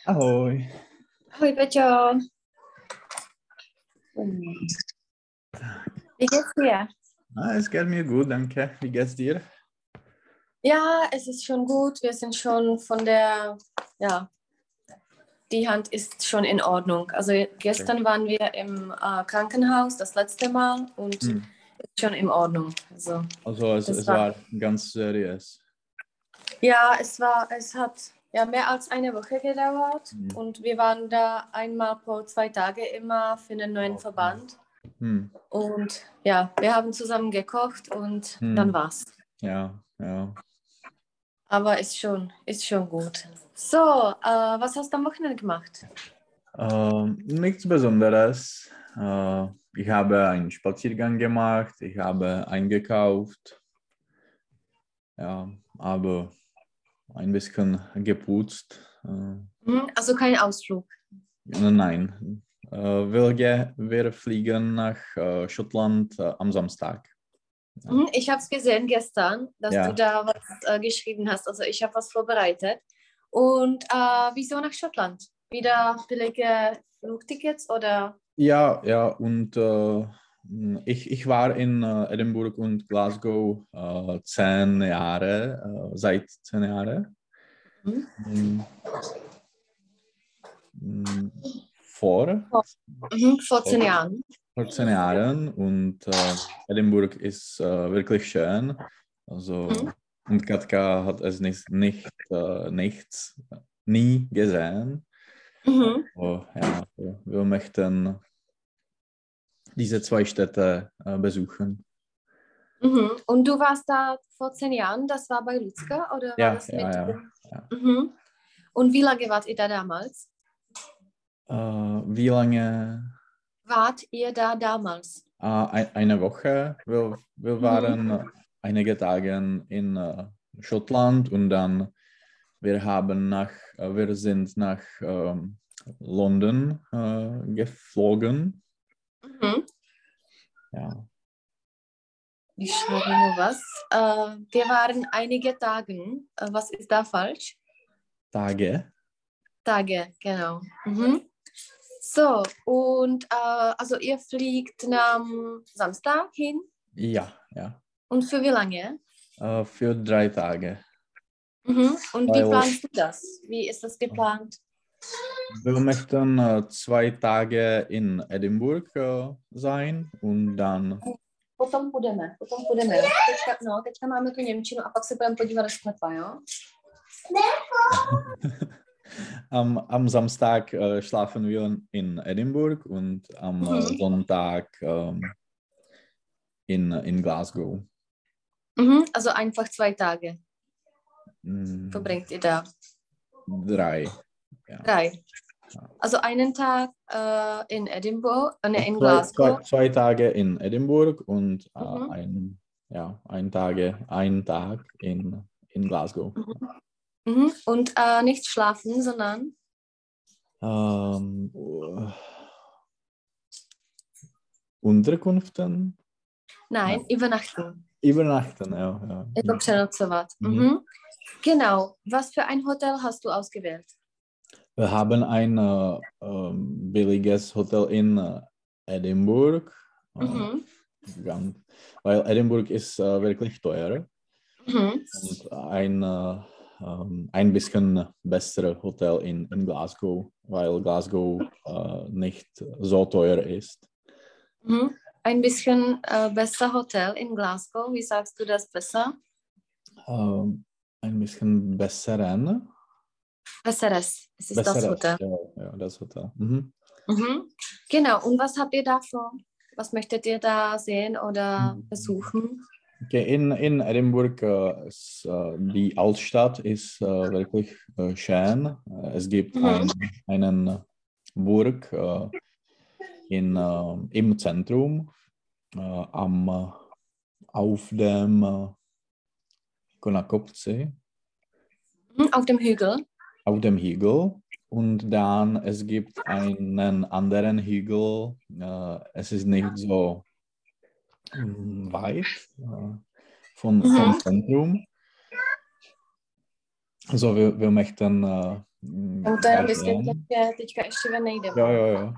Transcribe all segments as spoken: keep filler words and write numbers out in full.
Ahoj. Ahoj, Peťo. Wie geht's dir? Ah, es geht mir gut, danke. Wie geht's dir? Ja, es ist schon gut. Wir sind schon von der, ja, die Hand ist schon in Ordnung. Also gestern waren wir im äh, Krankenhaus das letzte Mal und Hm. ist schon in Ordnung. Also, Also es, das es war, war ganz seriös. ja, es war, es hat ja mehr als eine Woche gedauert Hm. und wir waren da einmal pro zwei Tage immer für einen neuen Verband. Hm. Und ja, wir haben zusammen gekocht und Hm. dann war's. Ja, ja. Aber ist schon, ist schon gut. So, äh, was hast du am Wochenende gemacht? Ähm, nichts Besonderes. Äh, ich habe einen Spaziergang gemacht, ich habe eingekauft, ja, aber ein bisschen geputzt. Äh, Hm, also kein Ausflug. nein, äh, wir, ge- wir fliegen nach äh, Schottland äh, am Samstag. Ja. Hm, ich habe es gesehen gestern, dass Ja. du da was äh, geschrieben hast. Also ich habe was vorbereitet. Und äh, wieso nach Schottland? Wieder billige Flugtickets oder? Ja, ja, und äh, ich, ich war in äh, Edinburgh und Glasgow äh, zehn Jahre, äh, seit zehn Jahren. Hm? Mm, mm, vor, Vor, mhm, vor zehn vor, Jahren. vor zehn Jahren und äh, Edinburgh ist äh, wirklich schön. Also, Mhm. und Katka hat es nicht, nicht äh, nichts, nie gesehen. Mhm. Oh, ja, wir, wir möchten diese zwei Städte äh, besuchen. Mhm. Und du warst da vor zehn Jahren, das war bei Luzca oder war Ja, das ja, mit? ja. ja. Mhm. Und wie lange wart ihr da damals? Äh, wie lange? Wart ihr da damals? Äh, ein, eine Woche. Wir, wir Mhm. waren einige Tage in äh, Schottland und dann wir haben nach, äh, wir sind nach ähm, London äh, geflogen. Mhm. Ja. Ich schreibe nur was. Äh, wir waren einige Tage. Äh, was ist da falsch? Tage. Tage, genau. Mhm. So, und äh, also ihr fliegt am Samstag hin. Ja, ja. Und für wie lange? Äh, für drei Tage. Mhm. Und wie Weil planst du das? Wie ist das geplant? wir möchten äh, zwei Tage in Edinburgh äh, sein und dann Potom půjdeme, potom půjdeme. Teďka, no, teďka máme tu němčinu a pak se budeme podívat do sklepa, jo? am, am Samstag äh, schlafen wir in Edinburgh und am äh, Mhm. Sonntag ähm, in, in Glasgow. Mhm. Also einfach zwei Tage Mm, verbringt ihr da. drei. Ja. Drei. Ja. Also einen Tag äh, in Edinburgh, äh, ne, in Zwei, zwei, Glasgow. zwei Tage in Edinburgh und äh, Mhm. ein, ja, ein, Tage, ein Tag in, in Glasgow. Mhm. Mhm. Und äh, nicht schlafen, sondern Ähm, uh, Unterkünften? nein, Nein. übernachten. Übernachten, ja. ja. Jako přenocovat. Mhm. Mhm. Genau. Was für ein Hotel hast du ausgewählt? Wir haben ein äh, ähm, billiges Hotel in äh, Edinburgh, äh, Mhm. ganz, weil Edinburgh ist äh, wirklich teuer Mhm. und ein, äh, ähm, ein bisschen besseres Hotel in, in Glasgow, weil Glasgow äh, nicht so teuer ist. Mhm. Ein bisschen äh, besser Hotel in Glasgow. Wie sagst du das besser? Ähm, ein bisschen besseren. Besseres. Es ist das Besseres, Hotel. ja, ja, das Hotel. Mhm. Mhm. Genau. Und was habt ihr da vor? Was möchtet ihr da sehen oder besuchen? Okay, in, in Edinburgh, äh, ist, äh, die Altstadt ist äh, wirklich äh, schön. Äh, es gibt Mhm. ein, einen Burg äh, in, äh, im Zentrum, äh, am, äh, auf dem äh, Konakopsee, Mhm. Auf dem Hügel. auf dem Hügel. Und dann es gibt einen anderen Hügel. Äh, es ist nicht so mm, weit äh, von, vom Mhm. Zentrum. Also wir, wir möchten uh, Tomu to jenom vysvětlit, že teďka ještě ven nejdeme. Jo, jo, jo.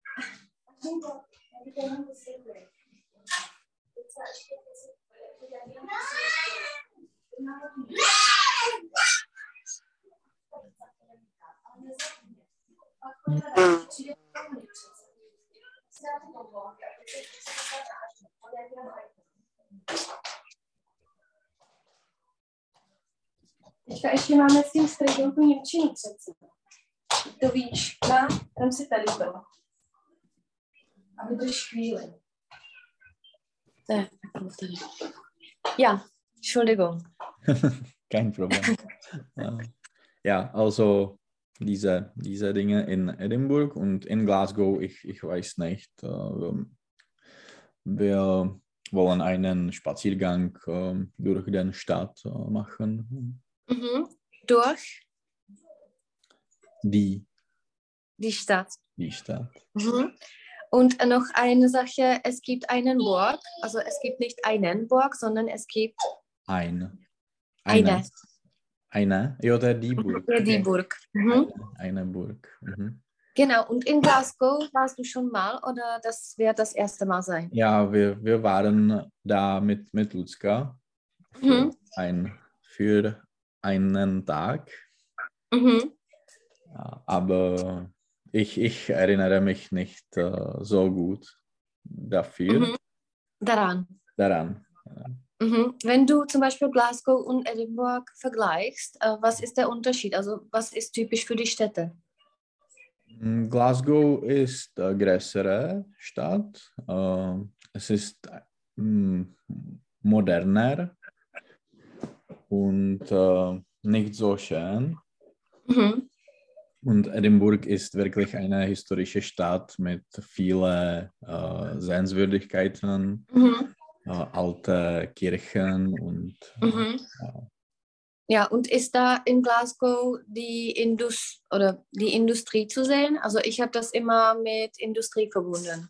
Teďka ještě máme s tím strejkou tu němčinu přece. To víš, na, tam si tady to. A vydrž chvíli. Ne, tak tady. Ja, Entschuldigung. Kein Problem. Ja, also diese, diese Dinge in Edinburgh und in Glasgow, ich, ich weiß nicht. Wir wollen einen Spaziergang durch den Stadt machen. Mhm. Durch? Die. Die Stadt. Die Stadt. Mhm. Und noch eine Sache, es gibt einen Burg, also es gibt nicht einen Burg, sondern es gibt ein. Eine. Eine. Eine? Ja, oder die Burg. Ja, die Burg. Mhm. Eine, eine Burg. Mhm. Genau, und in Glasgow warst du schon mal oder das wird das erste Mal sein? Ja, wir, wir waren da mit, mit Luzka für, Mhm. ein, für einen Tag. Mhm. Ja, aber ich, ich erinnere mich nicht uh, so gut dafür. Mhm. Daran. Daran. Ja. Mhm. Wenn du zum Beispiel Glasgow und Edinburgh vergleichst, äh, was ist der Unterschied? Also was ist typisch für die Städte? Glasgow ist eine größere Stadt. Uh, es ist mm, moderner und uh, nicht so schön. Mhm. Und Edinburgh ist wirklich eine historische Stadt mit vielen uh, Sehenswürdigkeiten. Mhm. Uh, alte Kirchen und Mhm. ja. Ja, und ist da in Glasgow die, Indus oder die Industrie zu sehen? Also ich habe das immer mit Industrie verbunden.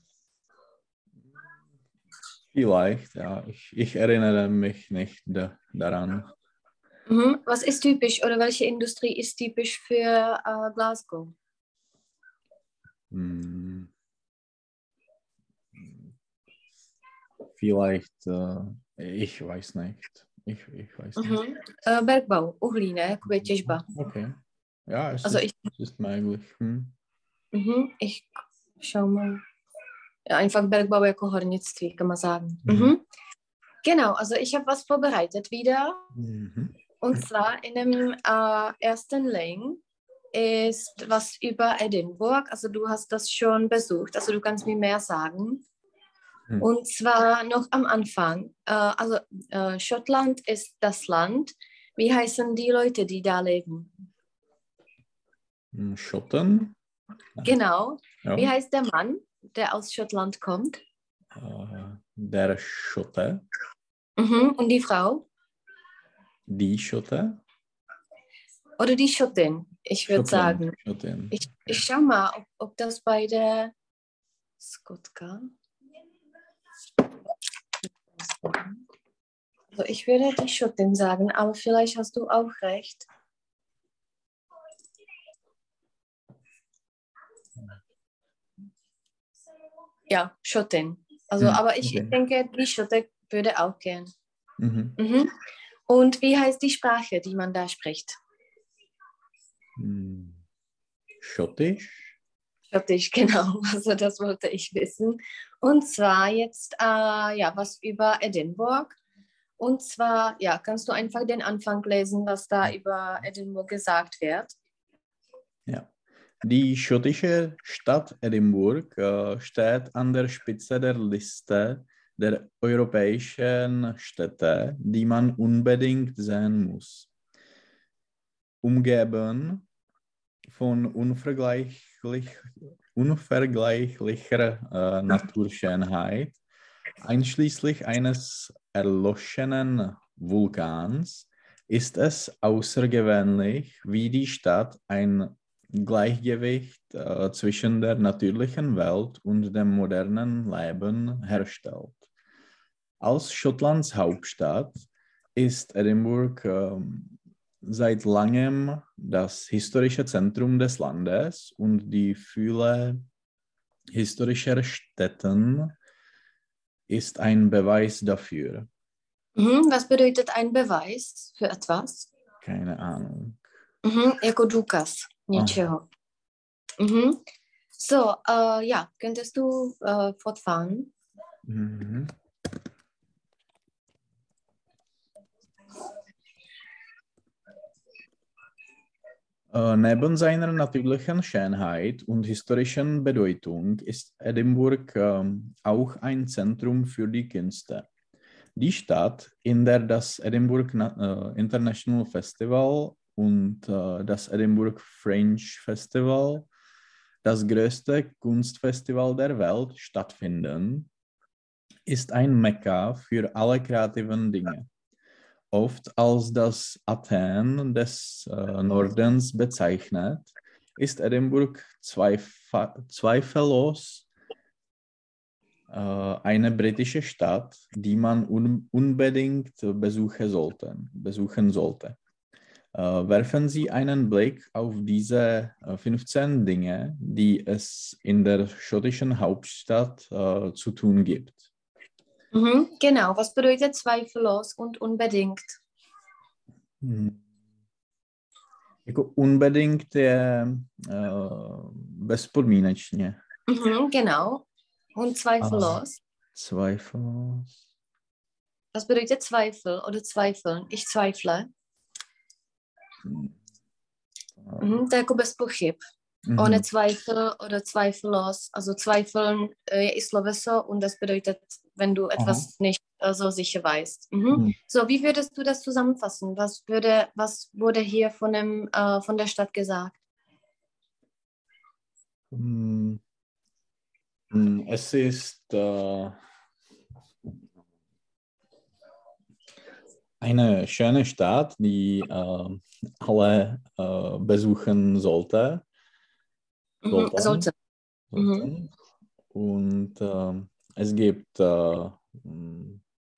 Vielleicht, ja. Ich, ich erinnere mich nicht da, daran. Mhm. Was ist typisch oder welche Industrie ist typisch für äh, Glasgow? Hm. Vielleicht, uh, ich weiß nicht. Ich, ich weiß nicht. Mhm. Äh, Bergbau, uhlí, ne? Jakoby těžba. Okay. Ja, es, Also ist, ich, es ist möglich. Hm. mhm, ich schau mal. Ja, einfach Bergbau jako hornictví, kann man sagen. Mhm. Mhm. Genau, also ich habe was vorbereitet wieder. Mhm. Und zwar in dem äh, ersten Link ist was über Edinburgh. Also du hast das schon besucht, also du kannst mir mehr sagen. Mhm. Und zwar noch am Anfang. Äh, also äh, Schottland ist das Land. Wie heißen die Leute, die da leben? Schotten? Genau. Ja. Wie heißt der Mann, der aus Schottland kommt? Uh, der Schotte. Mhm. Und die Frau? Die Schotte? Oder die Schottin, ich würde sagen. Schottin. Ich, ich schau mal, ob, ob das bei der Skotka. Also ich würde die Schottin sagen, aber vielleicht hast du auch recht. Ja, Schottin. Also, Hm, aber ich okay. denke, die Schotte würde auch gehen. Mhm. Mhm. Und wie heißt die Sprache, die man da spricht? Hm. Schottisch? Schottisch, genau. Also das wollte ich wissen. Und zwar jetzt, äh, ja, was über Edinburgh. Und zwar, ja, kannst du einfach den Anfang lesen, was da über Edinburgh gesagt wird? Ja. Die schottische Stadt Edinburgh äh, steht an der Spitze der Liste der europäischen Städte, die man unbedingt sehen muss. Umgeben von unvergleichlich, unvergleichlicher äh, Naturschönheit, einschließlich eines erloschenen Vulkans, ist es außergewöhnlich, wie die Stadt ein Gleichgewicht äh, zwischen der natürlichen Welt und dem modernen Leben herstellt. Als Schottlands Hauptstadt ist Edinburgh äh, seit langem das historische Zentrum des Landes und die Fülle historischer Städten ist ein Beweis dafür. Mhm. Was bedeutet ein Beweis für etwas? Keine Ahnung. Mhm. Jako důkaz něčeho. Mhm. So, uh, ja, könntest du uh, fortfahren? Mhm. Neben seiner natürlichen Schönheit und historischen Bedeutung ist Edinburgh ähm, auch ein Zentrum für die Künste. Die Stadt, in der das Edinburgh äh, International Festival und äh, das Edinburgh Fringe Festival, das größte Kunstfestival der Welt, stattfinden, ist ein Mekka für alle kreativen Dinge. Oft als das Athen des äh, Nordens bezeichnet, ist Edinburgh zweif- zweifellos äh, eine britische Stadt, die man un unbedingt besuchen sollte. Besuchen sollte. Äh, werfen Sie einen Blick auf diese äh, fünfzehn Dinge, die es in der schottischen Hauptstadt äh, zu tun gibt. Mhm. Genau, was bedeutet zweifellos und unbedingt? Hmm. Jako unbedingt je uh, bezpodmínečně. Mhm, genau. Und zweifellos? Zweifellos. Was bedeutet Zweifel oder zweifeln? Ich zweifle. Mhm, to je jako bez pochyb. Mhm. Ohne Zweifel oder zweifellos. Also zweifeln äh, ist sloveso und das bedeutet, wenn du etwas Aha. nicht äh, so sicher weißt. Mhm. Mhm. So, wie würdest du das zusammenfassen? Was, würde, was wurde hier von, dem, äh, von der Stadt gesagt? Mm. Mm, Es ist äh, eine schöne Stadt, die äh, alle äh, besuchen sollte. Mhm, Sollten. sollte. Mhm. sollten. Und äh, es gibt äh, mm,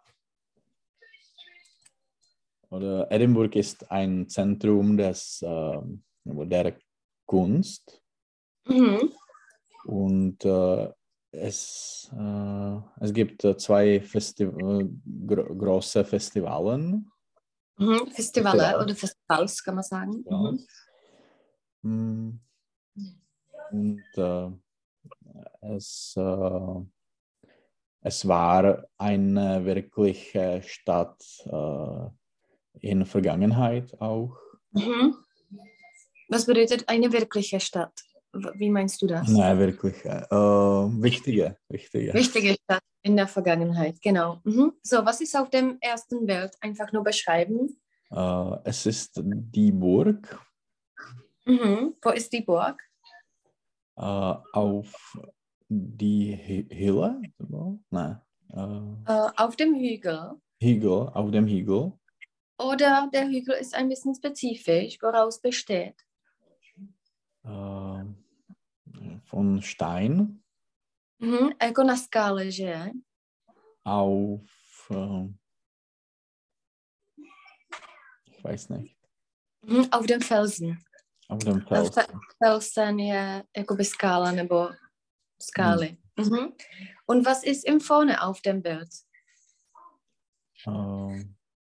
oder Edinburgh ist ein Zentrum des, äh, der Kunst Mhm. und äh, es, äh, es gibt äh, zwei Festi gro große Festivalen. Mhm. Festivale Festival. oder Festivals, kann man sagen. Ja. Mhm. Und äh, es, äh, es war eine wirkliche Stadt äh, in der Vergangenheit auch. Mhm. Was bedeutet eine wirkliche Stadt? Wie meinst du das? Nein, wirklich. Äh, wichtige, wichtige. Wichtige Stadt in der Vergangenheit, genau. Mhm. So, was ist auf dem ersten Bild? Einfach nur beschreiben. Äh, es ist die Burg Mhm. Wo ist die Burg? äh, auf die Hülle. Nein. Äh, Äh, auf dem Hügel. Hügel, auf dem Hügel. Oder der Hügel ist ein bisschen spezifisch, woraus besteht. Äh, von Stein. Mhm. Jako na skále, že? Auf, äh, ich weiß nicht. Mhm. Auf dem Felsen. Auf dem Felsen. Felsen je jakoby skála nebo skály. Mhm. Mhm. Und was ist im vorne auf dem Bild? Äh,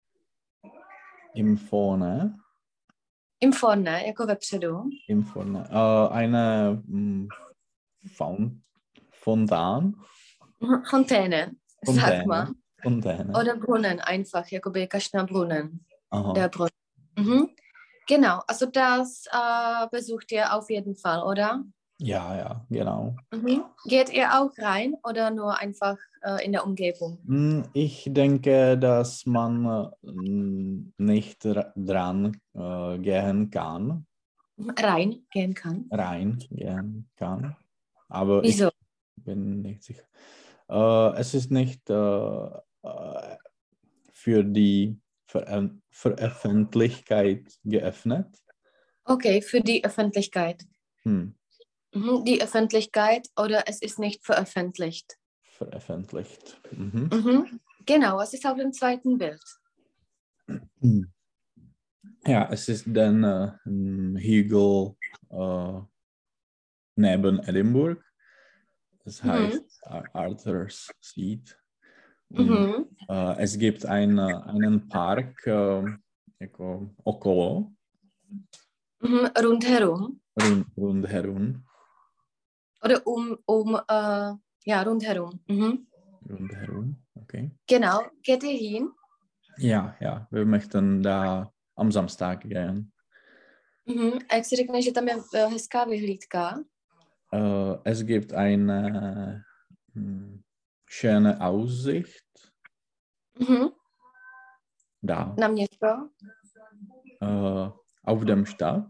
Im Vorne. Im vorne, jako vepředu. Im Vorne. Äh, eine mh, Font Fontan. Fontäne, sag mal. Fontäne. Oder Brunnen einfach, jakoby Kaschner Brunnen. Aha. Der Brunnen. Mhm. Genau, also das äh, besucht ihr auf jeden Fall, oder? Ja, ja, genau. Mhm. Geht ihr auch rein oder nur einfach äh, in der Umgebung? Ich denke, dass man äh, nicht dran äh, gehen kann. Rein gehen kann. Rein gehen kann. Aber Wieso? ich bin nicht sicher. Äh, es ist nicht äh, für die Ver Veröffentlichkeit geöffnet. Okay, für die Öffentlichkeit. Hm. Mhm. Die Öffentlichkeit oder es ist nicht veröffentlicht. Veröffentlicht. Mhm. Mhm. Genau, was ist auf dem zweiten Bild? Hm. Ja, es ist dann äh, ein Hügel äh, neben Edinburgh. Das heißt Mhm. Arthur's Seat. Und Mhm. äh, es gibt eine, einen Park äh, jako okolo, Mhm. Rundherum. rund, rundherum. Oder um, um äh, ja, rundherum. Mhm. Rundherum, okay. Genau. Geht ihr hin? Ja, ja, wir möchten da am Samstag gehen. Mhm. A jak si řekne, že tam je eh, hezká vyhlídka? Äh, es gibt eine hm, schöne Aussicht Mhm. da Na město? äh, auf dem Stadt,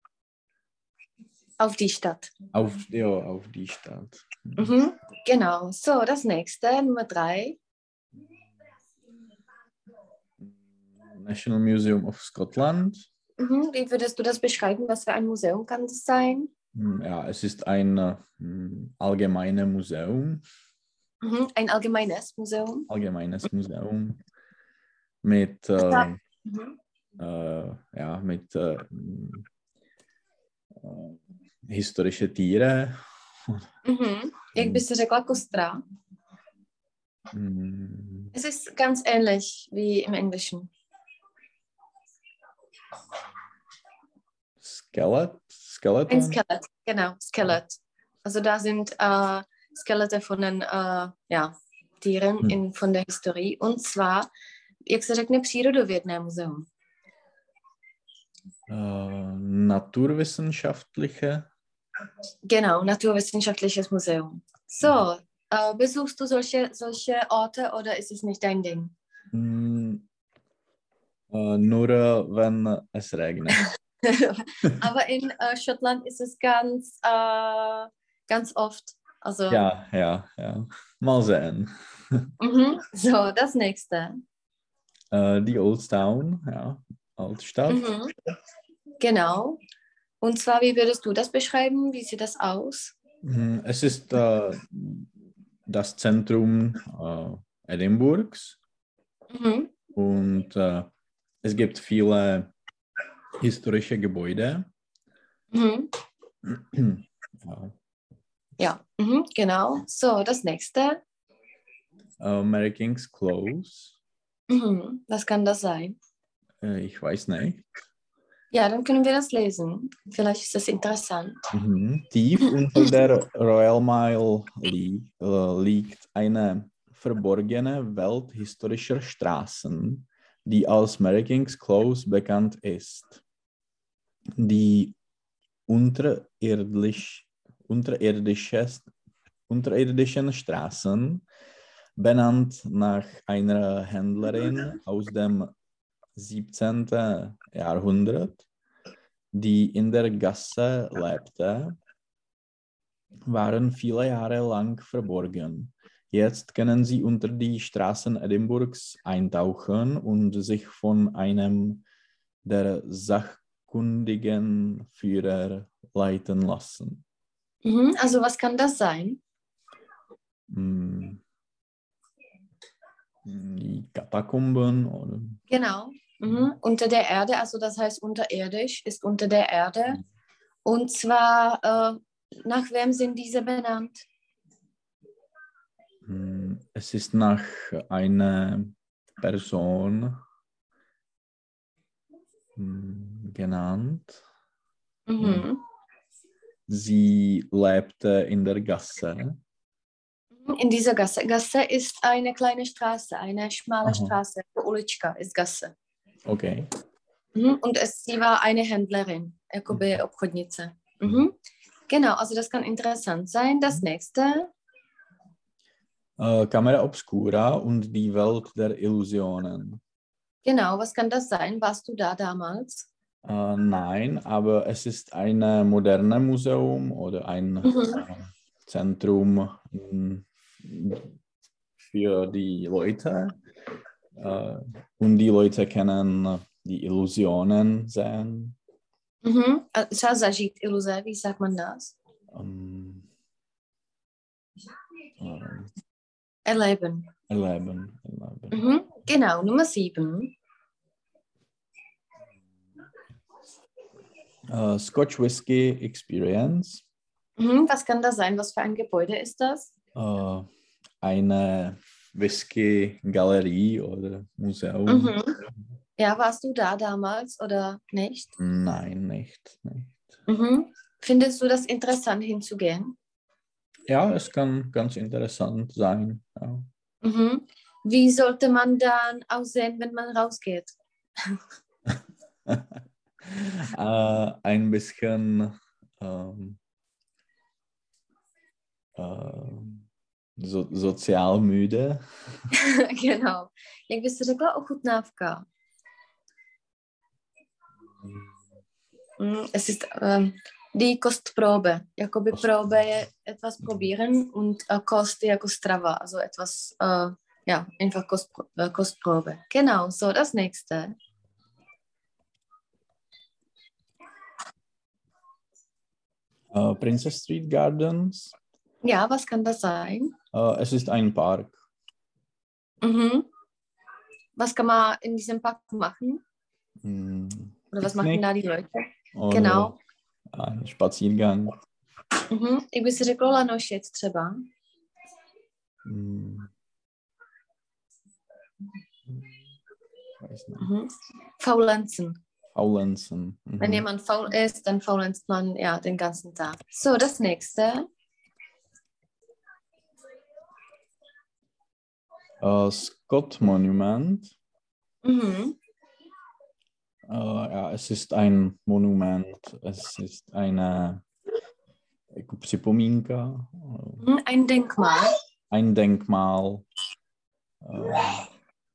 Auf die Stadt. auf, ja, auf die Stadt. Mhm. Genau. So, das nächste, Nummer drei. National Museum of Scotland. Mhm. Wie würdest du das beschreiben? Was für ein Museum kann das sein? Hm, Ja, es ist ein äh, allgemeines Museum, Mhm. Ein allgemeines Museum. allgemeines Museum mit, Das äh, hat- Mhm. äh, ja, mit äh, äh, historische Tiere. Mhm. Jak bys řekla kostra? Hm, Es ist ganz ähnlich wie im Englischen. Skelett, Ein Skeleton. Skelett, genau, Skelett. Also da sind äh, Skelette von den äh, ja, Tieren Hm. in, von der Historie. Und zwar, jak se řekne, přírodovědné muzeum. Äh, naturwissenschaftliche. Genau, naturwissenschaftliches Museum. So, äh, besuchst du solche, solche Orte oder ist es nicht dein Ding? Hm, äh, nur äh, wenn es regnet. Aber in äh, Schottland ist es ganz, äh, ganz oft. Also, Ja, ja, ja. Mal sehen. mhm. So, das nächste. Äh, die Old Town, ja, Altstadt. Mhm. Genau. Und zwar, wie würdest du das beschreiben? Wie sieht das aus? Hm, Es ist äh, das Zentrum äh, Edinburghs Mhm. und äh, es gibt viele historische Gebäude. Mhm. Ja. Ja, mhm. Genau. So, das nächste. Äh, Mary King's Close, Mhm. Was kann das sein? äh, ich weiß nicht. Ja, dann können wir das lesen. Vielleicht ist das interessant. Mhm. Tief unter der Royal Mile li äh, liegt eine verborgene Welt historischer Straßen, die als Mary King's Close bekannt ist. Die unterirdisch, unterirdische, unterirdischen Straßen, benannt nach einer Händlerin aus dem siebzehnten. Jahrhundert, die in der Gasse lebte, waren viele Jahre lang verborgen. Jetzt können sie unter die Straßen Edinburghs eintauchen und sich von einem der sachkundigen Führer leiten lassen. Mhm. Also, was kann das sein? Hm, Die Katakomben oder Genau. Mhm. Unter der Erde, also das heißt unterirdisch, ist unter der Erde. Und zwar, äh, nach wem sind diese benannt? hm, es ist nach einer Person hm, genannt. Mhm. Sie lebte in der Gasse. In dieser Gasse. Gasse ist eine kleine Straße, eine schmale Aha. Straße. Ulička ist Gasse. Okay. Mhm. Und es, sie war eine Händlerin, jakoby obchodnice. Mhm. Genau, also das kann interessant sein. Das nächste. Äh, Camera Obscura und die Welt der Illusionen. Genau, was kann das sein? Warst du da damals? Äh, nein, aber es ist ein modernes Museum oder ein Mhm. äh, Zentrum mh, für die Leute. Äh, und die Leute können die Illusionen sehen. Mhm. Třeba zažít iluze, wie sagt man das? Ähm, ähm, Erleben. erleben. erleben. Mhm. Genau, Nummer sieben. Uh, Scotch Whisky Experience. Mhm. Was kann das sein? Was für ein Gebäude ist das? Uh, eine Whisky-Galerie oder Museum. Mhm. Ja, warst du da damals oder nicht? Nein, nicht, nicht. Mhm. Findest du das interessant hinzugehen? Ja, es kann ganz interessant sein. Ja. Mhm. Wie sollte man dann aussehen, wenn man rausgeht? äh, ein bisschen ähm, äh, so, sozial müde. Genau. Jak bys řekla ochutnávka? Mm, Es ist ähm, die Kostprobe. Jakoby Probe je etwas probieren und äh, Kost je jako strava, also etwas, äh, ja, einfach Kost, äh, Kostprobe. Genau, so das nächste. Äh, Princess Street Gardens. Ja, was kann das sein? Äh, es ist ein Park. Mhm. Was kann man in diesem Park machen? Hm, Oder was machen da die Leute? Oder Genau. ein Spaziergang. Mhm. Jak by si řekl lanošec třeba? Hm. Weiß nicht. Mhm. Faulenzen. Faulenzen. Wenn Mhm. jemand faul ist, dann faulenzt man ja den ganzen Tag. So, das nächste. Äh, Scott Monument. Mhm. Äh, ja, es ist ein Monument. Es ist eine jako připomínka. Mhm. Ein Denkmal. Ein Denkmal. Äh,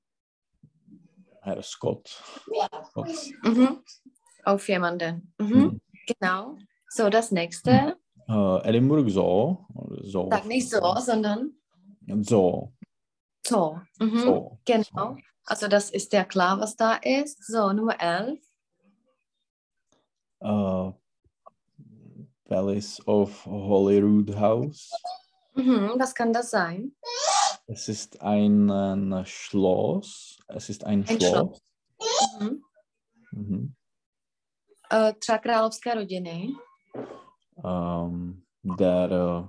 Herr Scott. Scott. Mhm. Auf jemanden. Mhm. Mhm. Genau. So, das nächste. Äh, Edinburgh Zoo. Oder Zoo. Sag nicht so, sondern Zoo. Zoo. Mhm. Zoo. Genau. Also das ist ja klar, was da ist. So, Nummer elf. Äh, Palace of Holyrood House. Mhm. Was kann das sein? Es ist ein äh, Schloss. Es ist ein, Ein Schloss. Mhm. Mhm. Uh, třeba královské rodiny. Um, der äh,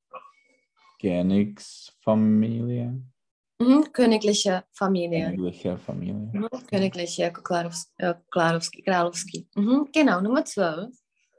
Königsfamilie. Mhm. Königliche Familie. Königliche Familie. Mhm. Königliche, jako královský, äh, královský, královský. Mhm. Genau, Nummer zwölf.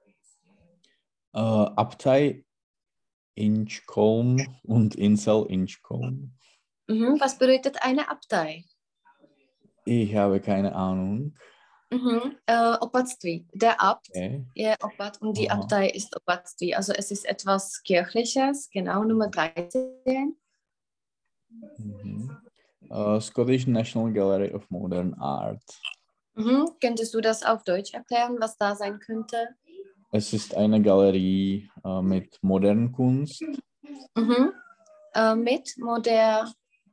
Äh, Abtei Inchcolm und Insel Inchcolm. Mhm. Was bedeutet eine Abtei? Ich habe keine Ahnung. Mhm. Äh, Opatství. Der Abt Okay. je Opat und die Aha. Abtei ist Opatství. Also es ist etwas Kirchliches. Genau, Nummer dreizehn. Mhm. Äh, Scottish National Gallery of Modern Art. Mhm. Könntest du das auf Deutsch erklären, was da sein könnte? Es ist eine Galerie äh, mit moderner Kunst. Mhm. Äh, mit moder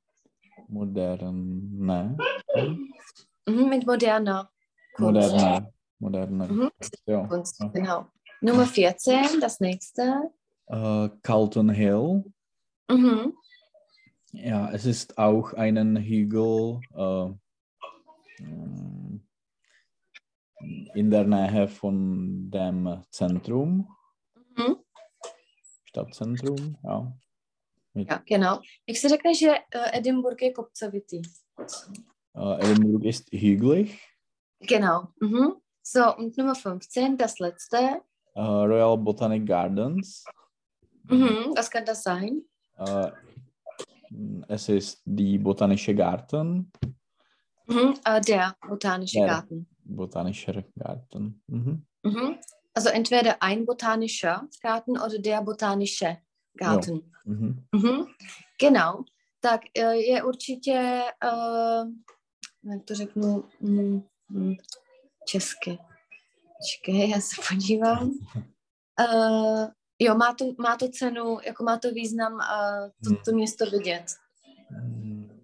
Moderne. mhm. Mit moderner Kunst. Moderne. Moderne. Mhm. Ja. Kunst, Ja. genau. Nummer vierzehn, das nächste. Äh, Calton Hill. Mhm. Ja, es ist auch einen Hügel äh, ähm, in der Nähe von dem Zentrum, Mhm. Stadtzentrum. Ja. Mit, Ja, genau. Jak si řekne, že uh, Edinburgh je kopcovitý? äh, Edinburgh ist hügelig. Genau. Mhm. So, und Nummer fünfzehn, das letzte. Äh, Royal Botanic Gardens. Mhm. Was kann das sein? Äh, es ist die Botanische Garten. Mhm. Äh, der botanische Der Garten. Botanische Garten. Mhm. Mhm. Also entweder ein botanischer Garten oder der botanische Garten. Jo. Mhm. Mhm. Genau. Tak uh, je určitě, uh, jak to řeknu, mm, mm, česky. Počkej, já se podívám. Uh, jo, má to, má to cenu, jako má to význam uh, to, to město vidět. Mm.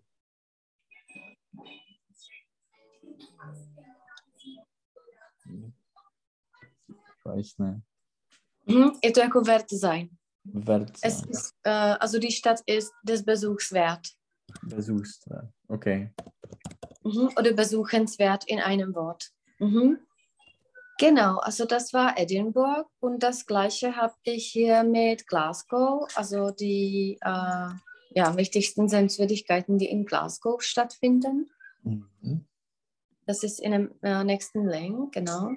Weiß nicht. Mhm. Je to jako wert sein. Wert Es sein. ist, uh, also die Stadt ist des Besuchs wert. Besuchswert. Okay. Mhm. Oder besuchenswert in einem Wort. Mhm. Genau, also das war Edinburgh und das gleiche habe ich hier mit Glasgow, also die äh, ja, wichtigsten Sehenswürdigkeiten, die in Glasgow stattfinden. Mhm. Das ist in dem äh, nächsten Link, genau.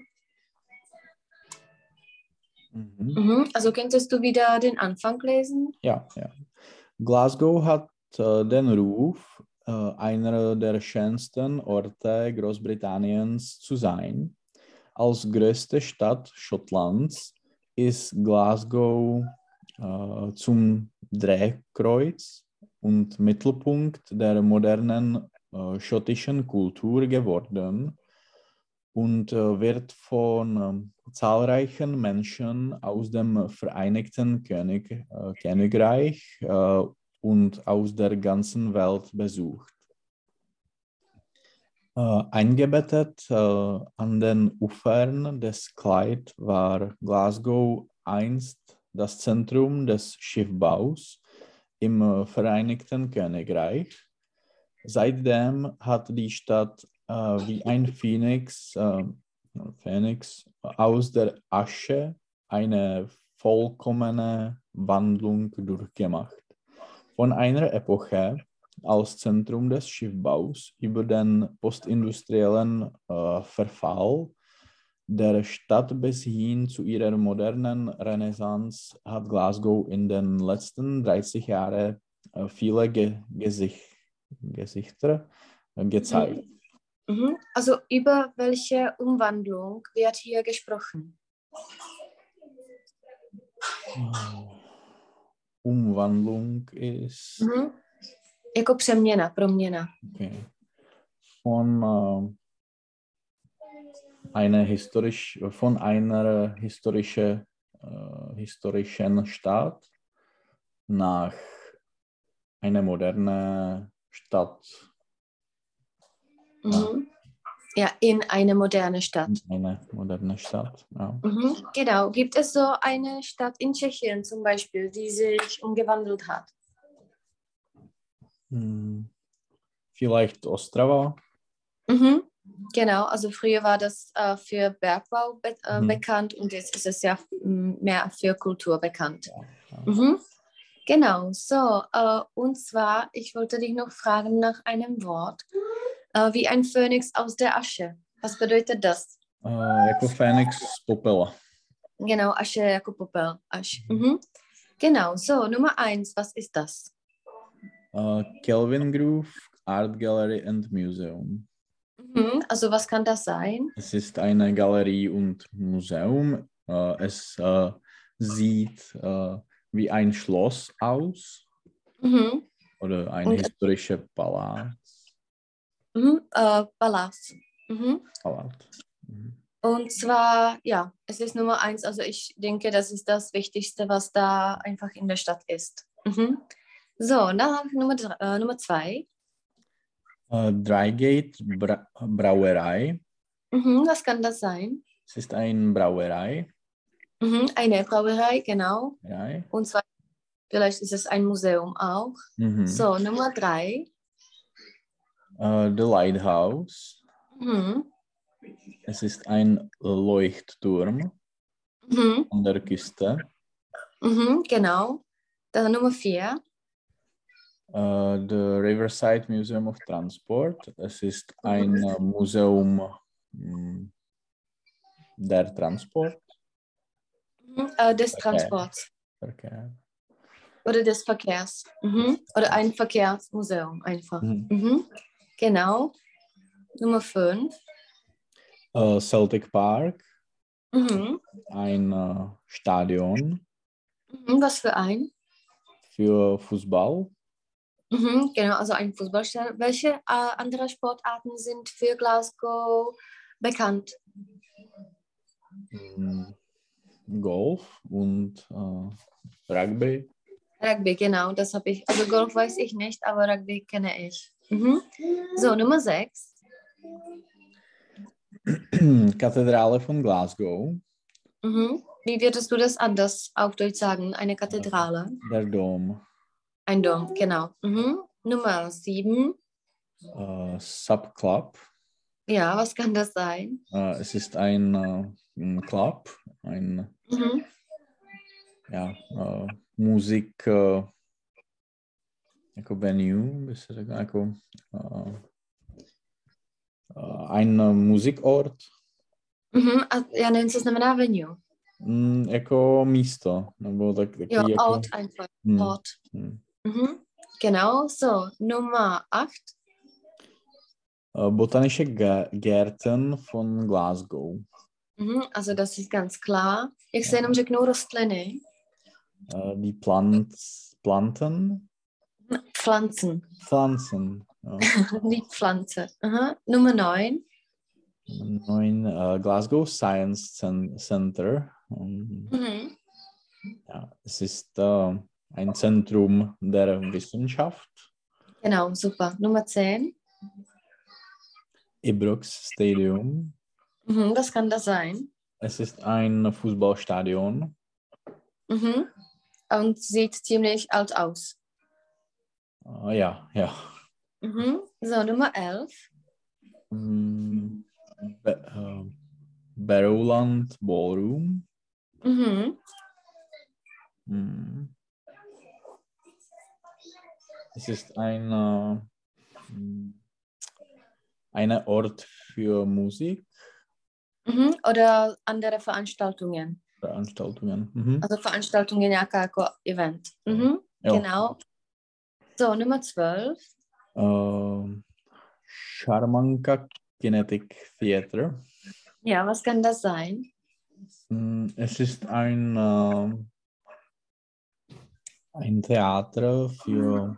Mhm. Mhm. Also könntest du wieder den Anfang lesen? Ja, ja. Glasgow hat äh, den Ruf, äh, einer der schönsten Orte Großbritanniens zu sein. Als größte Stadt Schottlands ist Glasgow äh, zum Drehkreuz und Mittelpunkt der modernen äh, schottischen Kultur geworden und äh, wird von äh, zahlreichen Menschen aus dem Vereinigten König, äh, Königreich äh, und aus der ganzen Welt besucht. Äh, eingebettet äh, an den Ufern des Clyde war Glasgow einst das Zentrum des Schiffbaus im äh, Vereinigten Königreich. Seitdem hat die Stadt äh, wie ein Phönix, äh, Phönix aus der Asche eine vollkommene Wandlung durchgemacht. Von einer Epoche als Zentrum des Schiffbaus über den postindustriellen äh, Verfall der Stadt bis hin zu ihrer modernen Renaissance hat Glasgow in den letzten dreißig Jahren äh, viele Ge Gesicht Gesichter äh, gezeigt. Mhm. Mhm. Also über welche Umwandlung wird hier gesprochen? Umwandlung ist Mhm. Jako přeměna, proměna. okay. Von äh, einer historisch, von einer historische, äh, historischen Stadt nach einer modernen Stadt. Mhm. Ja. Ja, in eine moderne Stadt. Eine moderne Stadt, ja. Mhm. Genau. Gibt es so eine Stadt in Tschechien zum Beispiel, die sich umgewandelt hat? Hm. Vielleicht Ostrava. Mhm. Genau, also früher war das äh, für Bergbau be äh, Mhm. bekannt und jetzt ist es ja m, mehr für Kultur bekannt. Ja, ja. Mhm. Genau, so, äh, und zwar, ich wollte dich noch fragen nach einem Wort, äh, wie ein Phönix aus der Asche. Was bedeutet das? Äh, jako Phoenix z popela. Genau, Asche jako Popel. Asch. Mhm. Genau, so, Nummer eins, was ist das? Äh, Kelvin Groove Art Gallery and Museum. Mhm. Also, was kann das sein? Es ist eine Galerie und Museum. Äh, es äh, sieht äh, wie ein Schloss aus Mhm. oder ein Und, historischer Palast. mhm, äh, Palast. Mhm. Palast. Mhm. Und zwar, ja, es ist Nummer eins. Also ich denke, das ist das Wichtigste, was da einfach in der Stadt ist. Mhm. So, nach Nummer, drei- äh, Nummer zwei. Äh, Drygate Bra Brauerei. Mhm, was kann das sein? Es ist eine Brauerei. Mhm, eine Brauerei, genau. Ja. Und zwar, vielleicht ist es ein Museum auch. Mhm. So, Nummer drei. Äh, The Lighthouse. Mhm. Es ist ein Leuchtturm Mhm. an der Küste. Mhm, genau. Dann Nummer vier. Uh, the Riverside Museum of Transport. Es ist ein uh, Museum um, der Transport. Mhm, äh, des Verkehr. Transports. Verkehr. Oder des Verkehrs. Mhm. Oder ein Verkehrsmuseum einfach. Mhm. Mhm. Genau. Nummer fünf. Uh, Celtic Park. Mhm. Ein uh, Stadion Mhm. Was für ein? für Fußball. Mhm. Genau, also ein Fußballstadion. Welche äh, andere Sportarten sind für Glasgow bekannt? Um, Golf und uh, Rugby. Rugby, genau, das habe ich. Also Golf weiß ich nicht, aber Rugby kenne ich. Mhm. So, Nummer sechs. Kathedrale von Glasgow. Mhm. Wie würdest du das anders auf Deutsch sagen? Eine Kathedrale? Der Dom. Ein Dom, genau. Mhm. Nummer sieben. Uh, Sub Club. Ja, was kann das sein? Äh, es ist ein, äh, ein Club, ein Mhm. ja, äh, Musik, äh, jako venue, by se řekl, jako äh, äh, ein Musikort, Mhm. A já nevím, co znamená venue. mm, jako místo, nebo tak, Ja, takový jako... Ort einfach. Hm, Ort. hm. Mhm. Genau, so, Nummer acht. Äh, Botanische Gä- Gärten von Glasgow. Mhm. Also das ist ganz klar. Jak se jenom řeknou rostliny? Äh, die Plant Planten? Pflanzen. Pflanzen. Ja. Die Pflanze. Aha. Nummer neun. Neun, äh, Glasgow Science Cen- Center. Um, Mhm. ja, es ist äh, ein Zentrum der Wissenschaft. Genau, super. Nummer zehn. Ibrox Stadium. Mhm. Was kann das sein? Es ist ein Fußballstadion. Mhm. Und sieht ziemlich alt aus. Äh, ja, ja. Mhm. So, Nummer elf. Mm, Be äh, Barrowland Ballroom. Mhm. Mm. Es ist ein äh, ein Ort für Musik. Mhm. Oder andere Veranstaltungen. Veranstaltungen. Mhm. Also Veranstaltungen nějaká jako event. Mhm. Jo. Genau. So, Nummer zwölf. Äh, Scharmanka Kinetic Theater. Ja, was kann das sein? Mm, Es ist ein, äh, ein Theater für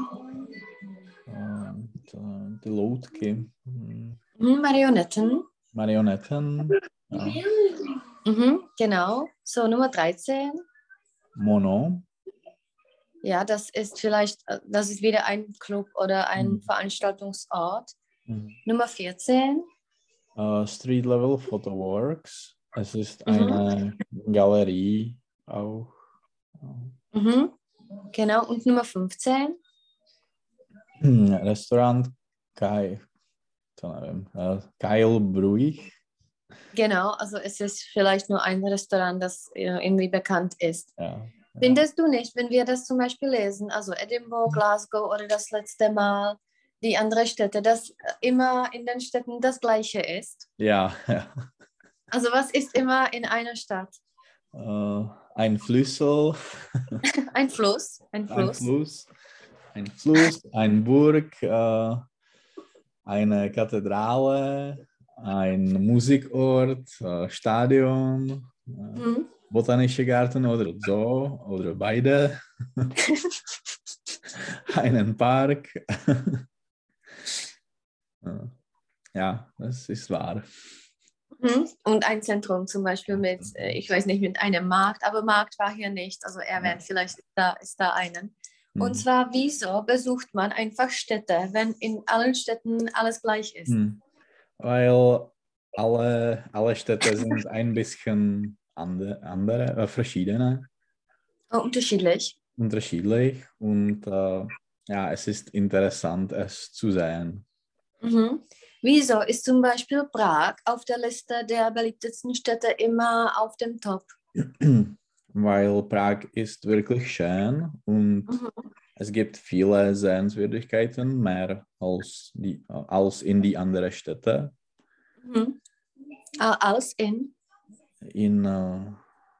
äh, die die Lotke. Mm, Mhm. Marionetten. Marionetten. Ja. Mhm. Genau. So, Nummer dreizehn. Mono. Ja, das ist vielleicht, äh, das ist wieder ein Club oder ein Mhm. Veranstaltungsort. Mhm. Nummer vierzehn. Äh, Street Level Photo Works. Es ist Mhm. eine Galerie auch. Mhm. Genau. Und Nummer fünfzehn. Restaurant Kai, to nevím, äh, Kyle Bruich. Genau, also es ist vielleicht nur ein Restaurant, das äh, irgendwie bekannt ist. Ja, ja. Findest du nicht, wenn wir das zum Beispiel lesen, also Edinburgh, Glasgow oder das letzte Mal die andere Städte, dass immer in den Städten das Gleiche ist? Ja, ja. Also was ist immer in einer Stadt? Äh, ein Flüssel, Ein Fluss, ein ein Fluss. Fluss, ein Fluss, ein Burg, äh, eine Kathedrale, ein Musikort, äh, Stadion, äh, Mhm. botanische Garten oder Zoo oder beide, einen Park. Ja, das ist wahr. Mhm. Und ein Zentrum zum Beispiel mit, äh, ich weiß nicht, mit einem Markt, aber Markt war hier nicht, also erwähnt, vielleicht ist da, ist da einen. Und Hm. zwar, wieso besucht man einfach Städte, wenn in allen Städten alles gleich ist? Hm. Weil alle, alle Städte sind ein bisschen andere, andere äh, verschiedene, Oh, unterschiedlich. unterschiedlich und äh, ja, es ist interessant, es zu sehen. Mhm. Wieso ist zum Beispiel Prag auf der Liste der beliebtesten Städte immer auf dem Top? Weil Prag ist wirklich schön und Mhm. es gibt viele Sehenswürdigkeiten, mehr als, die, als in die anderen Städte. Mhm. Ah, Als in? In, äh,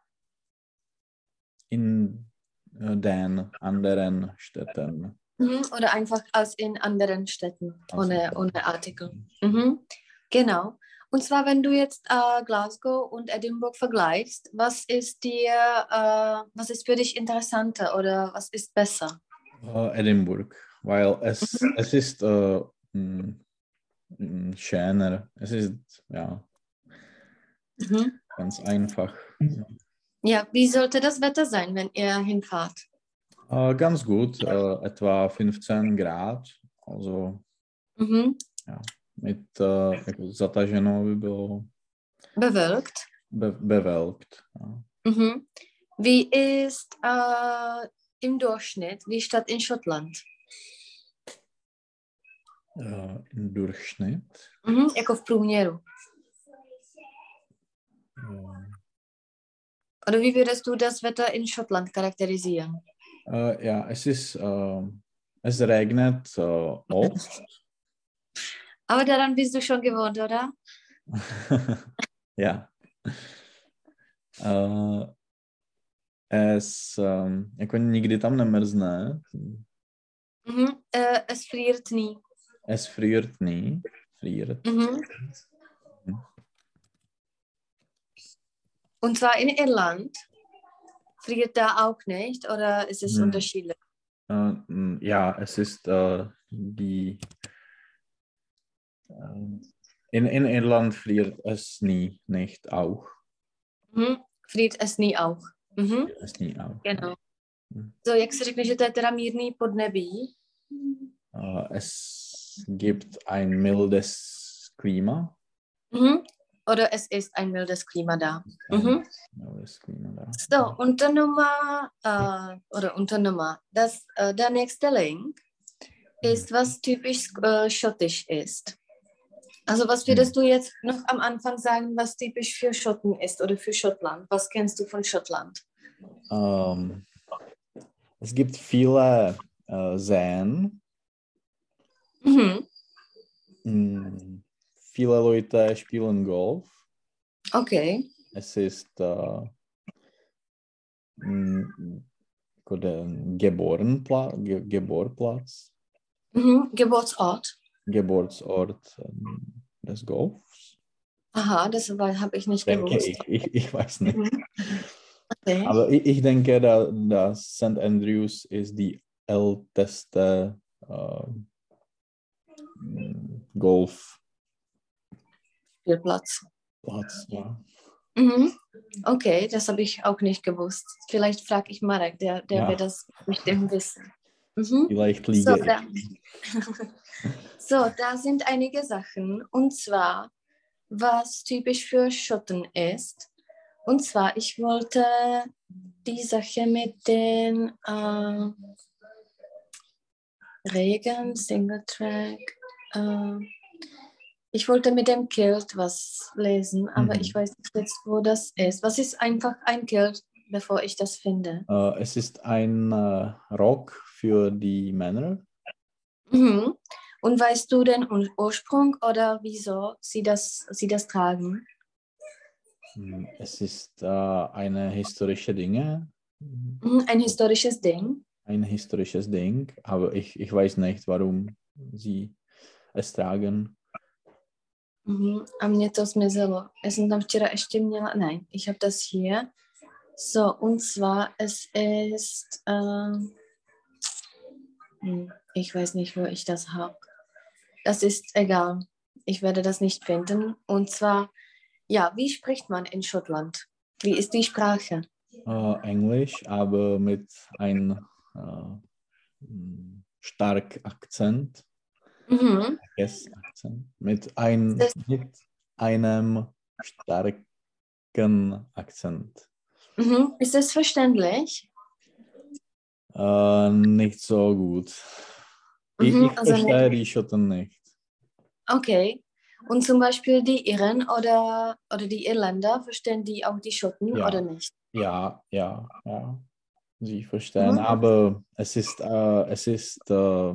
in äh, den anderen Städten. Mhm. Oder einfach als in anderen Städten, Also, ohne, ohne Artikel. Mhm. Genau. Und zwar, wenn du jetzt äh, Glasgow und Edinburgh vergleichst, was ist dir, äh, was ist für dich interessanter oder was ist besser? äh, Edinburgh, weil es, Mhm. es ist äh, mh, mh, schöner. Es ist ja Mhm. ganz einfach. Ja, wie sollte das Wetter sein, wenn ihr hinfahrt? Äh, ganz gut, äh, etwa fünfzehn Grad. Also Mhm. ja, mit äh, jako zataženo by bylo Bewölkt. be bewölkt. Ja. Mhm. Wie ist äh, im Durchschnitt die Stadt in Schottland? Uh, Im Durchschnitt. Mhm, jako v průměru. Uh, Oder wie würdest du das Wetter in Schottland charakterisieren? uh, ja, es ist, uh, es regnet uh, oft. Aber daran bist du schon gewohnt, oder? Ja. Uh, es, um, jako nikdy tam nemrzne. Mhm, äh, es friert nie. Es friert nie. Friert. Mhm. Und zwar in Irland. Friert da auch nicht oder ist es Hm. unterschiedlich? Uh, ja, es ist uh, die. Uh, in, in Irland friert es nie, nicht auch. Mhm. Friert es nie auch. Mhm. Friert es nie auch. Genau. Hm. So, jak se řekne, že to je teda mírný podnebí? Uh, es gibt ein mildes Klima. Mhm. Oder es ist ein mildes Klima da. Ein Mhm. mildes Klima da. So, unter Nummer, äh, oder unter Nummer, das, äh, der nächste Link ist, was typisch äh, schottisch ist. Also was würdest du jetzt noch am Anfang sagen, was typisch für Schotten ist oder für Schottland? Was kennst du von Schottland? Um, es gibt viele uh, Seen. Mhm. Mm, viele Leute spielen Golf. Okay. Es ist uh, mm, der Gebornpla Ge Geburtsplatz, Mhm. Geburtsort. Geburtsort um, des Golfs. Aha, das habe ich nicht Denke gewusst. ich, ich, ich weiß nicht. Mhm. Okay. Aber ich, ich denke, dass, dass Sankt Andrews ist die älteste uh, Golfplatz. Spielplatz. Platz, ja. Mhm. Okay, das habe ich auch nicht gewusst. Vielleicht frage ich Marek, der, der Ja. wird das bestimmt wissen. Mhm. Vielleicht So liege da, ich. so, da sind einige Sachen. Und zwar, was typisch für Schotten ist. Und zwar, ich wollte die Sache mit den äh, Regen, Singletrack, äh, ich wollte mit dem Kilt was lesen, aber Mhm. ich weiß nicht jetzt, wo das ist. Was ist einfach ein Kilt, bevor ich das finde? Uh, es ist ein uh, Rock für die Männer. Mhm. Und weißt du den Ur- Ursprung oder wieso sie das, sie das tragen? Es ist uh, eine historische Dinge. Mhm. Ein historisches Ding. Ein historisches Ding, aber ich, ich weiß nicht, warum sie es tragen. Mhm. A mě to zmizelo. Já jsem tam včera ještě měla, nein, ich habe das hier. So, und zwar, es ist, äh, hm, ich weiß nicht, wo ich das habe. Das ist egal. Ich werde das nicht finden. Und zwar, ja, wie spricht man in Schottland? Wie ist die Sprache? Uh, Englisch, aber mit einem uh, starken Akzent. Mhm. Yes, Akzent. Mit, ein, Das, mit einem starken Akzent. mhm. Ist das verständlich? Uh, nicht so gut. Ich, Mhm. ich Also verstehe nicht. die Schotten nicht. Okay. Und zum Beispiel die Iren oder, oder die Irländer, verstehen die auch die Schotten Ja. oder nicht? Ja, ja, ja. Sie verstehen, Mhm. aber es ist, äh, es ist äh,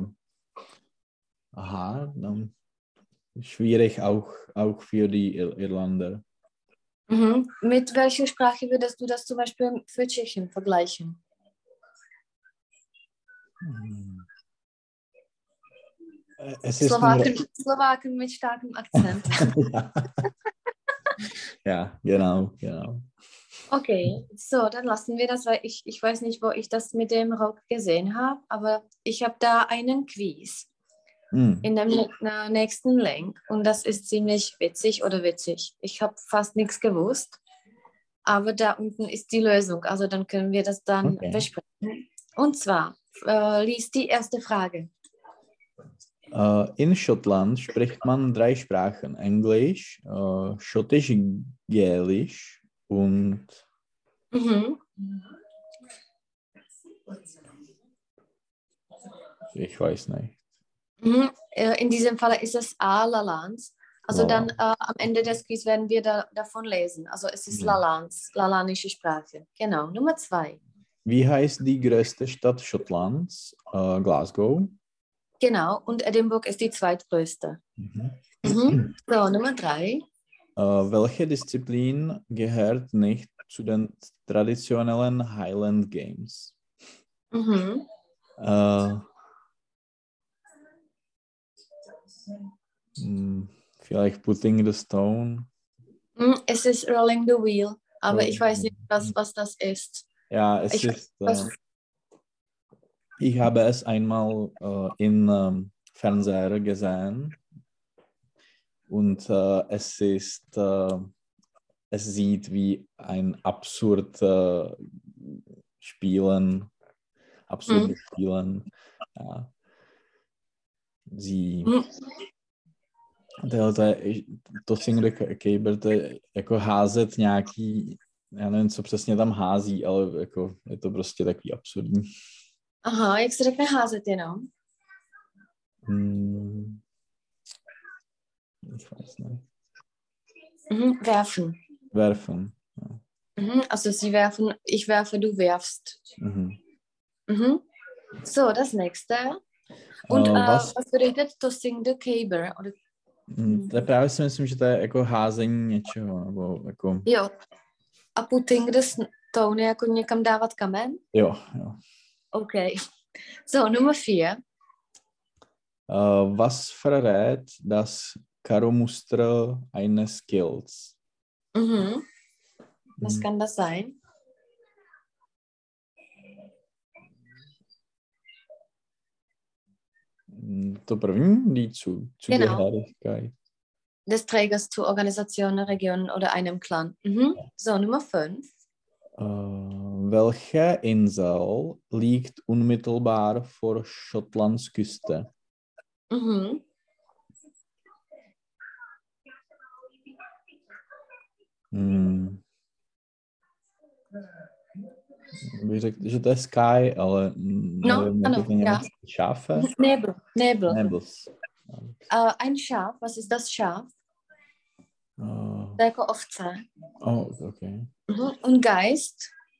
aha, ähm, schwierig auch, auch für die Ir Irlander. Mhm. Mit welcher Sprache würdest du das zum Beispiel für Tschechien vergleichen? Hm. Es ist Slowaken, nur... Slowaken mit starkem Akzent. ja. Ja, genau, genau. Okay, so, dann lassen wir das, weil ich, ich weiß nicht, wo ich das mit dem Rock gesehen habe, aber ich habe da einen Quiz Hm. in dem nä- nächsten Link und das ist ziemlich witzig oder witzig. Ich habe fast nichts gewusst, aber da unten ist die Lösung, also dann können wir das dann Okay. besprechen. Und zwar, äh, lies die erste Frage. Uh, in Schottland spricht man drei Sprachen: Englisch, uh, Schottisch, Gälisch und Mhm. ich weiß nicht. Mhm. Äh, In diesem Fall ist es A, Lalans. Also dann Lala. äh, am Ende des Quiz werden wir da, davon lesen. Also es ist Mhm. Lalans, lalanische Sprache. Genau, Nummer zwei. Wie heißt die größte Stadt Schottlands? Äh, Glasgow. Genau, und Edinburgh ist die zweitgrößte. Mhm. Mhm. So, Nummer drei. Äh, welche Disziplin gehört nicht zu den traditionellen Highland Games? Mhm. Äh, mh, vielleicht Putting the Stone. Mhm, Es ist Rolling the Wheel, aber ich weiß nicht, was, Rolling. was das ist. Ja, es Ich, ist, äh, was, ich habe es einmal äh, im ähm, Fernseher gesehen und äh, es ist, äh, es sieht wie ein absurd äh, Spielen, absurde mhm. Spielen. Ja. Sie Mhm. Tohle, to si někde kejberte jako házet nějaký, já nevím, co přesně tam hází, ale jako je to prostě takový absurdní. Aha, jak se řekne házet jenom? Hmm. Ich weiß nicht. Mhm. Werfen. Werfen. Ja. Mhm. Also sie werfen, ich werfe, du werfst. Mhm. Mhm. So, das nächste. Und Uh, äh, was? was bedeutet tossing the caber? Oder, Hmm, to je právě si myslím, že to je jako házení něčeho, nebo jako... jo. A putting the stone je jako někam dávat kamen? Jo, jo. OK. So, Nummer vier. Uh, was verrät das Karo-Muster eines Skills? Mhm. Was Hmm. kann das sein? To první, die zu, Genau. Zugehörigkeit. Des Trägers zur Organisation, Region oder einem Clan. Mhm. So, Nummer fünf. Uh, welche Insel liegt unmittelbar vor Schottlands Küste? Mhm. Hmm. Bych řekl, že to je Sky, ale No, nevím, jak je ano, to ja. německé. Schafe? Nebel. Nebel. Nebels. Äh, ein Schaf. Was ist das Schaf? Uh, To je jako ovce. oh, okay. Mhm. Und Geist?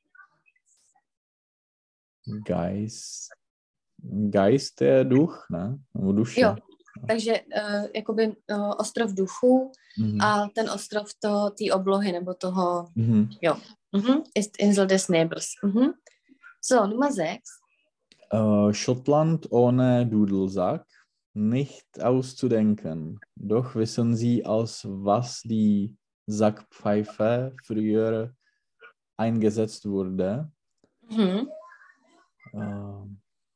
Geist. Geist je duch, ne? Nebo duše. Jo. Takže uh, jakoby uh, ostrov duchu Mhm. a ten ostrov to, té oblohy nebo toho, Mhm. jo. Mhm. Ist Insel des Nebels. Mhm. So, Nummer sechs. Uh, Schottland ohne Dudelsack, nicht auszudenken. Doch wissen Sie, aus was die Sackpfeife früher eingesetzt wurde? Mhm. Uh,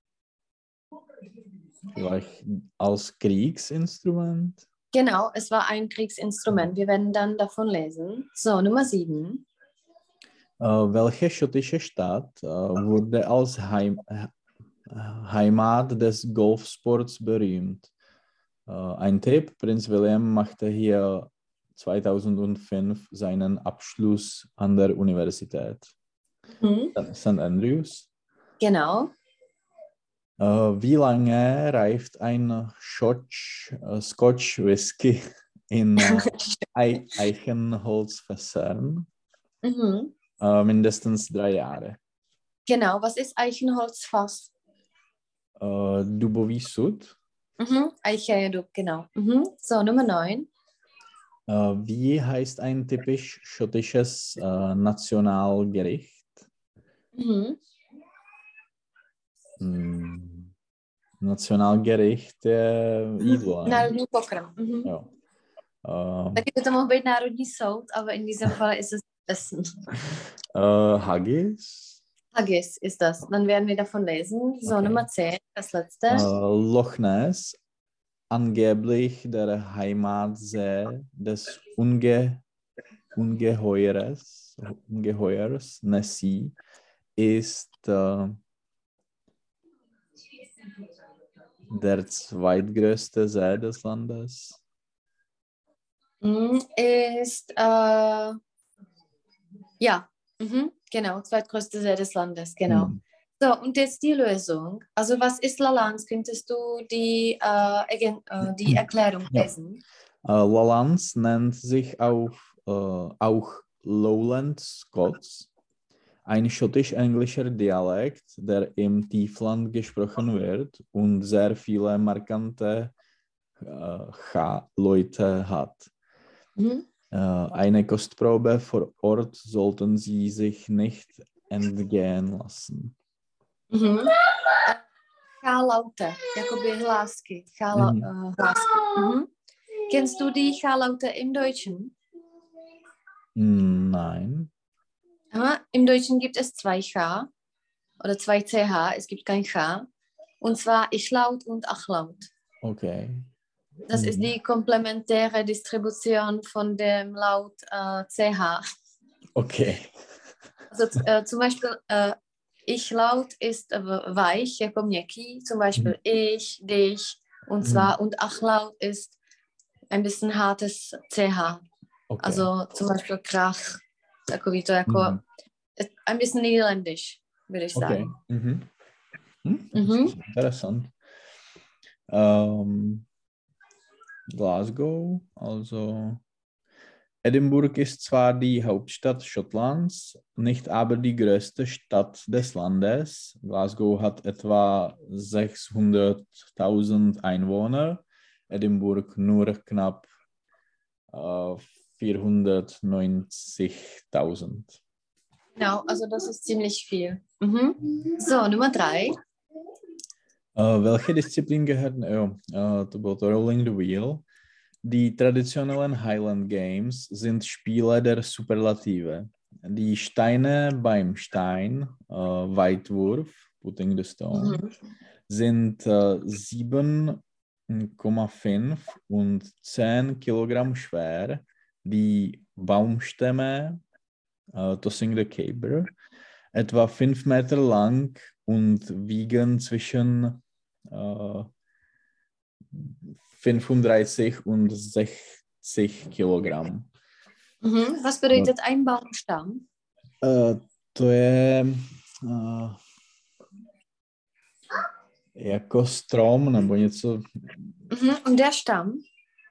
vielleicht als Kriegsinstrument? Genau, es war ein Kriegsinstrument. Wir werden dann davon lesen. So, Nummer sieben. Uh, welche schottische Stadt uh, wurde als Heim Heimat des Golfsports berühmt? Uh, ein Tipp, Prinz William machte hier zweitausendfünf seinen Abschluss an der Universität. Mhm. Sankt Andrews. Genau. Uh, wie lange reift ein Scotch, uh, Scotch Whisky in uh, Ei Eichenholzfässern? Mhm. Uh, mindestens drei Jahre. Genau, was ist Eichenholzfass? Uh, Dubový sud. Mhm. Eiche, genau. Mhm. So, Nummer neun. Uh, wie heißt ein typisch schottisches uh, Nationalgericht? Mhm. Hmm. Nacionálgericht je jídlo, ne? Národní pokrm. Mhm. Jo. Uh, Taky by to mohl být národní soud, aber in diesem Fall ist es Essen. uh, Haggis. Haggis ist das. Dann werden wir davon lesen. So, Okay. Nummer zehn, das letzte. Uh, Loch Ness, angeblich der Heimatsee des Unge Ungeheures, Ungeheuers Nessie, ist uh, der zweitgrößte See des Landes. Mhm. Ist, äh, ja, mhm. Genau, zweitgrößte See des Landes, genau. Hm. So, und jetzt die Lösung. Also was ist Lalans? Könntest du die, äh, egen- äh, die Erklärung Ja. lesen? Äh, Lalans nennt sich auf, äh, auch Lowland Scots, ein schottisch-englischer Dialekt, der im Tiefland gesprochen wird und sehr viele markante äh, Cha-Leute hat. Mhm. Äh, eine Kostprobe vor Ort sollten Sie sich nicht entgehen lassen. Mhm. H-Laute, jakoby hlásky. H-la- Mhm. äh, hlásky. Mhm. Kennst du die H-Laute im Deutschen? Nein. Aha. Im Deutschen gibt es zwei H oder zwei C H, es gibt kein H. Und zwar Ich-Laut und Ach-Laut. Okay. Das Mhm. ist die komplementäre Distribution von dem Laut äh, C H. Okay. Also äh, zum Beispiel äh, Ich-Laut ist äh, weich, jako měkký, zum Beispiel Mhm. ich, dich und zwar Mhm. und Ach-Laut ist ein bisschen hartes C H. Okay. Also zum Beispiel Krach, takový to jako Mhm. ist ein bisschen niederländisch, würde ich Okay. sagen. Mhm. Hm, das Mhm. ist interessant. Ähm, Glasgow, also Edinburgh ist zwar die Hauptstadt Schottlands, nicht aber die größte Stadt des Landes. Glasgow hat etwa sechshunderttausend Einwohner, Edinburgh nur knapp äh, vierhundertneunzigtausend. Genau, also das ist ziemlich viel. Mhm. So, Nummer drei. Äh, welche Disziplin gehört? Ja, äh, to bylo to Rolling the Wheel. Die traditionellen Highland Games sind Spiele der Superlative. Die Steine beim Stein, äh, Weitwurf, Putting the Stone, Mhm. sind äh, sieben Komma fünf und zehn Kilogramm schwer. Die Baumstämme, äh, Tossing the Caber, etwa fünf Meter lang und wiegen zwischen äh, fünfunddreißig und sechzig Kilogramm. Mhm. Was bedeutet ein Baumstamm? Uh, to je uh, jako strom nebo něco. Mhm. Und der Stamm?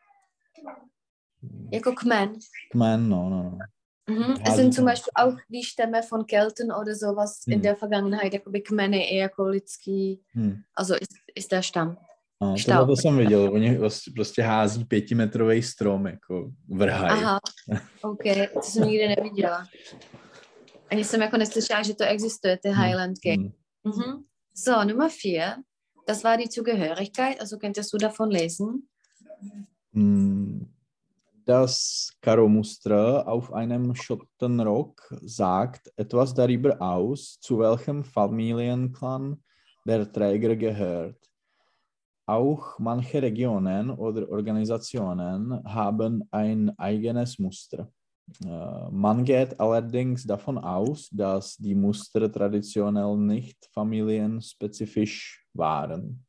Jako Kmen. Kmen, no, no, no. Mhm. Es sind zum Beispiel auch die Stämme von Kelten oder sowas hm. in der Vergangenheit, jakoby kmeny i jako lidský, hm. also ist, ist der Stamm. No, tohle to jsem viděl, oni prostě hází pětimetrový strom, jako vrhaj. Aha, ok, to jsem nikdy neviděla. Ani jsem jako neslyšela, že to existuje, ty Highland Games. Hm. Mhm. So, Nummer vier, das war die Zugehörigkeit, also könntest du davon lesen? Hm. Das Karo-Muster auf einem Schottenrock sagt etwas darüber aus, zu welchem Familienclan der Träger gehört. Auch manche Regionen oder Organisationen haben ein eigenes Muster. Uh, man geht allerdings davon aus, dass die Muster traditionell nicht familienspezifisch waren.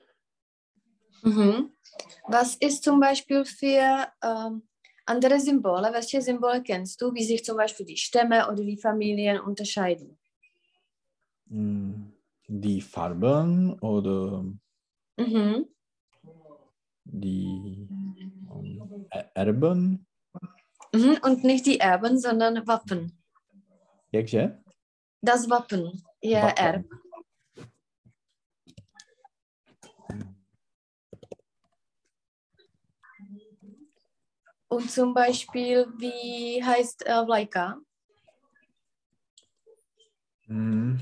Mhm. Was ist zum Beispiel für ähm, andere Symbole? Welche Symbole kennst du, wie sich zum Beispiel die Stämme oder die Familien unterscheiden? Die Farben oder mhm. die um, Erben? Mhm. Und nicht die Erben, sondern Wappen. Jakže? Das Wappen, ihr Erb. Und zum Beispiel, wie heißt äh, Vlajka? Hm.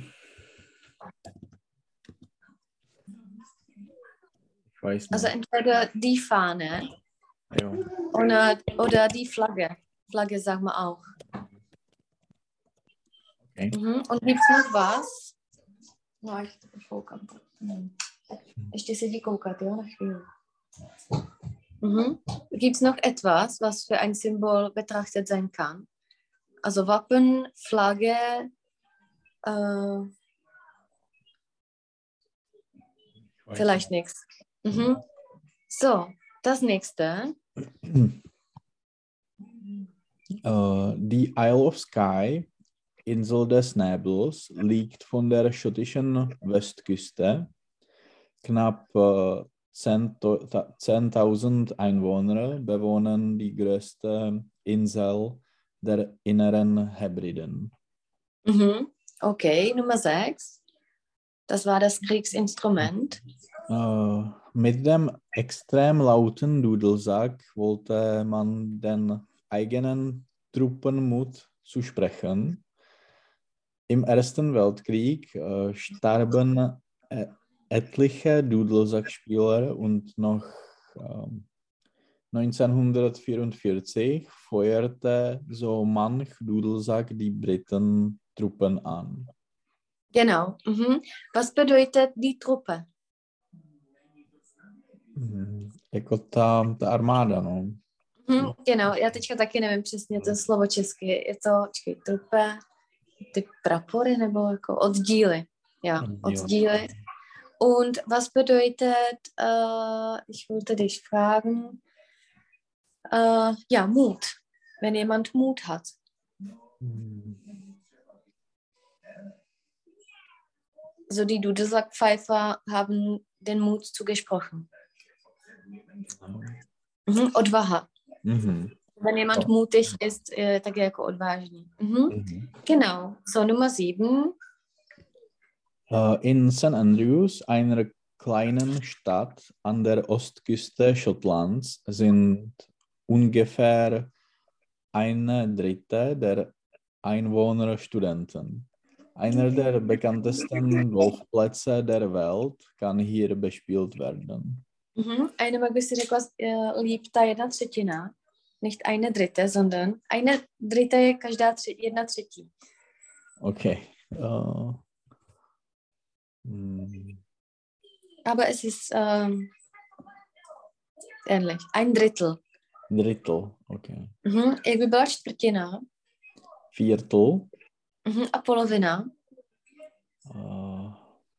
Ich weiß nicht. Also entweder die Fahne ja. oder, oder die Flagge. Flagge sagen wir auch. Okay. Mhm. Und gibt es noch was? No, ještě to koukám. Mhm. Ještě se jdi koukat, jo, na chvíli. Mhm. Gibt es noch etwas, was für ein Symbol betrachtet sein kann? Also Wappen, Flagge, äh, vielleicht nichts. Mhm. So, das nächste. Uh, die Isle of Skye Insel des Nebels liegt von der schottischen Westküste. Knapp äh, zehntausend Einwohner bewohnen die größte Insel der Inneren Hebriden. Mhm. Okay, Nummer sechs. Das war das Kriegsinstrument. Äh, mit dem extrem lauten Dudelsack wollte man den eigenen Truppen Mut zusprechen. Im Ersten Weltkrieg äh, starben äh, etliche Dudelsackspieler und noch ähm, neunzehnhundertvierundvierzig feuerte so manch Dudelsack die Britentruppen an. Genau. Mhm. Was bedeutet die Truppe? Mhm. Jako ta, ta armáda, no. Mhm. Genau, já teďka taky nevím přesně to slovo česky. Je to, čekaj, trupe, ty prapory nebo jako oddíly. Ja, Oddíly. Oddíly. Und was bedeutet, äh, ich wollte dich fragen, äh, ja, Mut, wenn jemand Mut hat. Mhm. Also die Dudelsackpfeifer haben den Mut zugesprochen. Mhm. Odvaha. Mhm. Wenn jemand Oh. mutig ist, äh, tak je jako odvážný. Mhm. Mhm. Genau. So, Nummer sieben. Uh, in Saint Andrews, einer kleinen Stadt an der Ostküste Schottlands, sind ungefähr eine Dritte der Einwohner Studenten. Einer der bekanntesten Golfplätze der Welt kann hier bespielt werden. Mhm. A jenom, jak by si řekla uh, líp ta jedna třetina, nicht eine Dritte, sondern eine Dritte je každá tři, jedna třetí. Okay. Uh, hm. Aber es ist ähm, ähnlich. Ein Drittel. Drittel, okay. Mhm. Jak by byla čtvrtina? Viertel. Mhm. A polovina? Uh,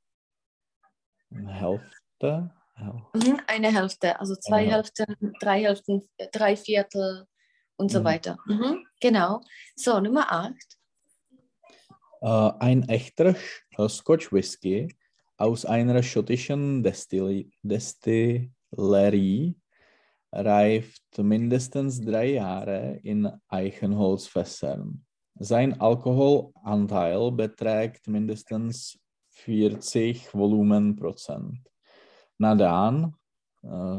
Hälfte. Mhm. Eine Hälfte, also zwei Eine Hälften, drei Hälften, drei Viertel und so Mhm. weiter. Mhm. Genau. So, Nummer acht. Uh, ein echter uh, Scotch Whisky aus einer schottischen Destilli Destillerie reift mindestens drei Jahre in Eichenholzfässern. Sein Alkoholanteil beträgt mindestens vierzig Volumenprozent. Na dann, uh,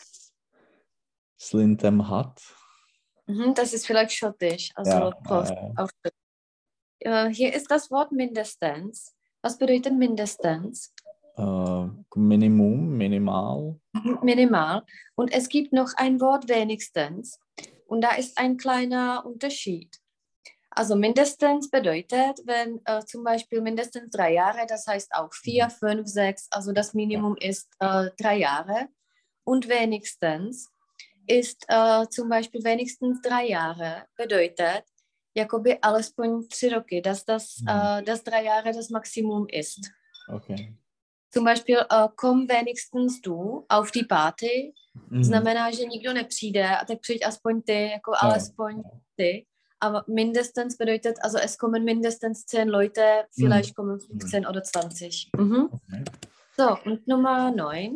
Slintem hat. Mhm. Das ist vielleicht schottisch, also Ja, Prost. äh, Auf Äh, hier ist das Wort mindestens. Was bedeutet mindestens? Uh, Minimum, minimal. Minimal. Und es gibt noch ein Wort wenigstens. Und da ist ein kleiner Unterschied. Also mindestens bedeutet, wenn äh, zum Beispiel mindestens drei Jahre, das heißt auch vier, fünf, sechs, also das Minimum ja. ist äh, drei Jahre. Und wenigstens ist äh, zum Beispiel wenigstens drei Jahre bedeutet, jakoby alespoň tři roky, dass das, Mhm. äh, das drei Jahre das Maximum ist. Okay. Zum Beispiel äh, komm wenigstens du auf die Party, Mhm. znamená, že nikdo nepřijde a tak přijď aspoň ty, jako alespoň ty. Aber mindestens bedeutet, also es kommen mindestens zehn Leute, vielleicht mhm. kommen fünfzehn oder zwanzig. Mhm. Okay. So, und Nummer neun.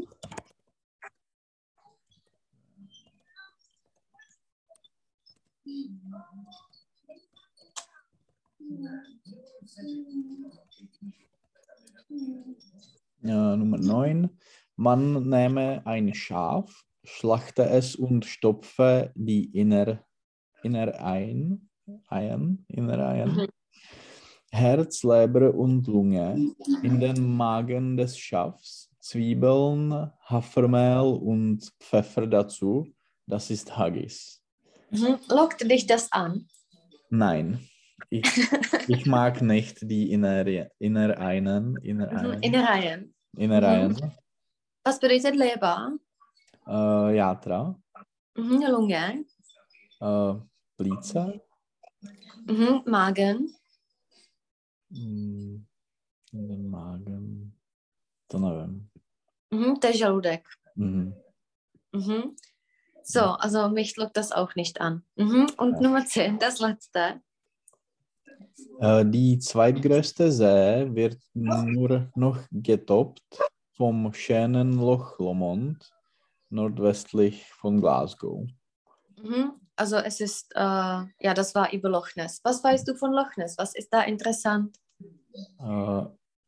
Ja, Nummer neun. Man nehme ein Schaf, schlachte es und stopfe die Inner, Innereien, Eiern, Innereien, mhm. Herz, Leber und Lunge in den Magen des Schafs, Zwiebeln, Hafermehl und Pfeffer dazu. Das ist Haggis. Mhm. Lockt dich das an? Nein. Ich, ich mag nicht die Inner, Innereien. Innereien. Innereien. Innereien. Mhm. Was bedeutet Leber? Uh, játra. Mhm. Lunge. Uh, plíce. Mhm. Magen. Mm, den Magen. To nevím. Mhm. Der žaludek. Mhm. Mhm. So, also mich lockt das auch nicht an. Mhm. Und ja. Nummer zehn, das letzte. Äh, die zweitgrößte See wird nur noch getoppt vom schönen Loch Lomond, nordwestlich von Glasgow. Mhm. Also es ist, äh, ja, das war über Loch Ness. Was weißt du von Loch Ness? Was ist da interessant? Äh,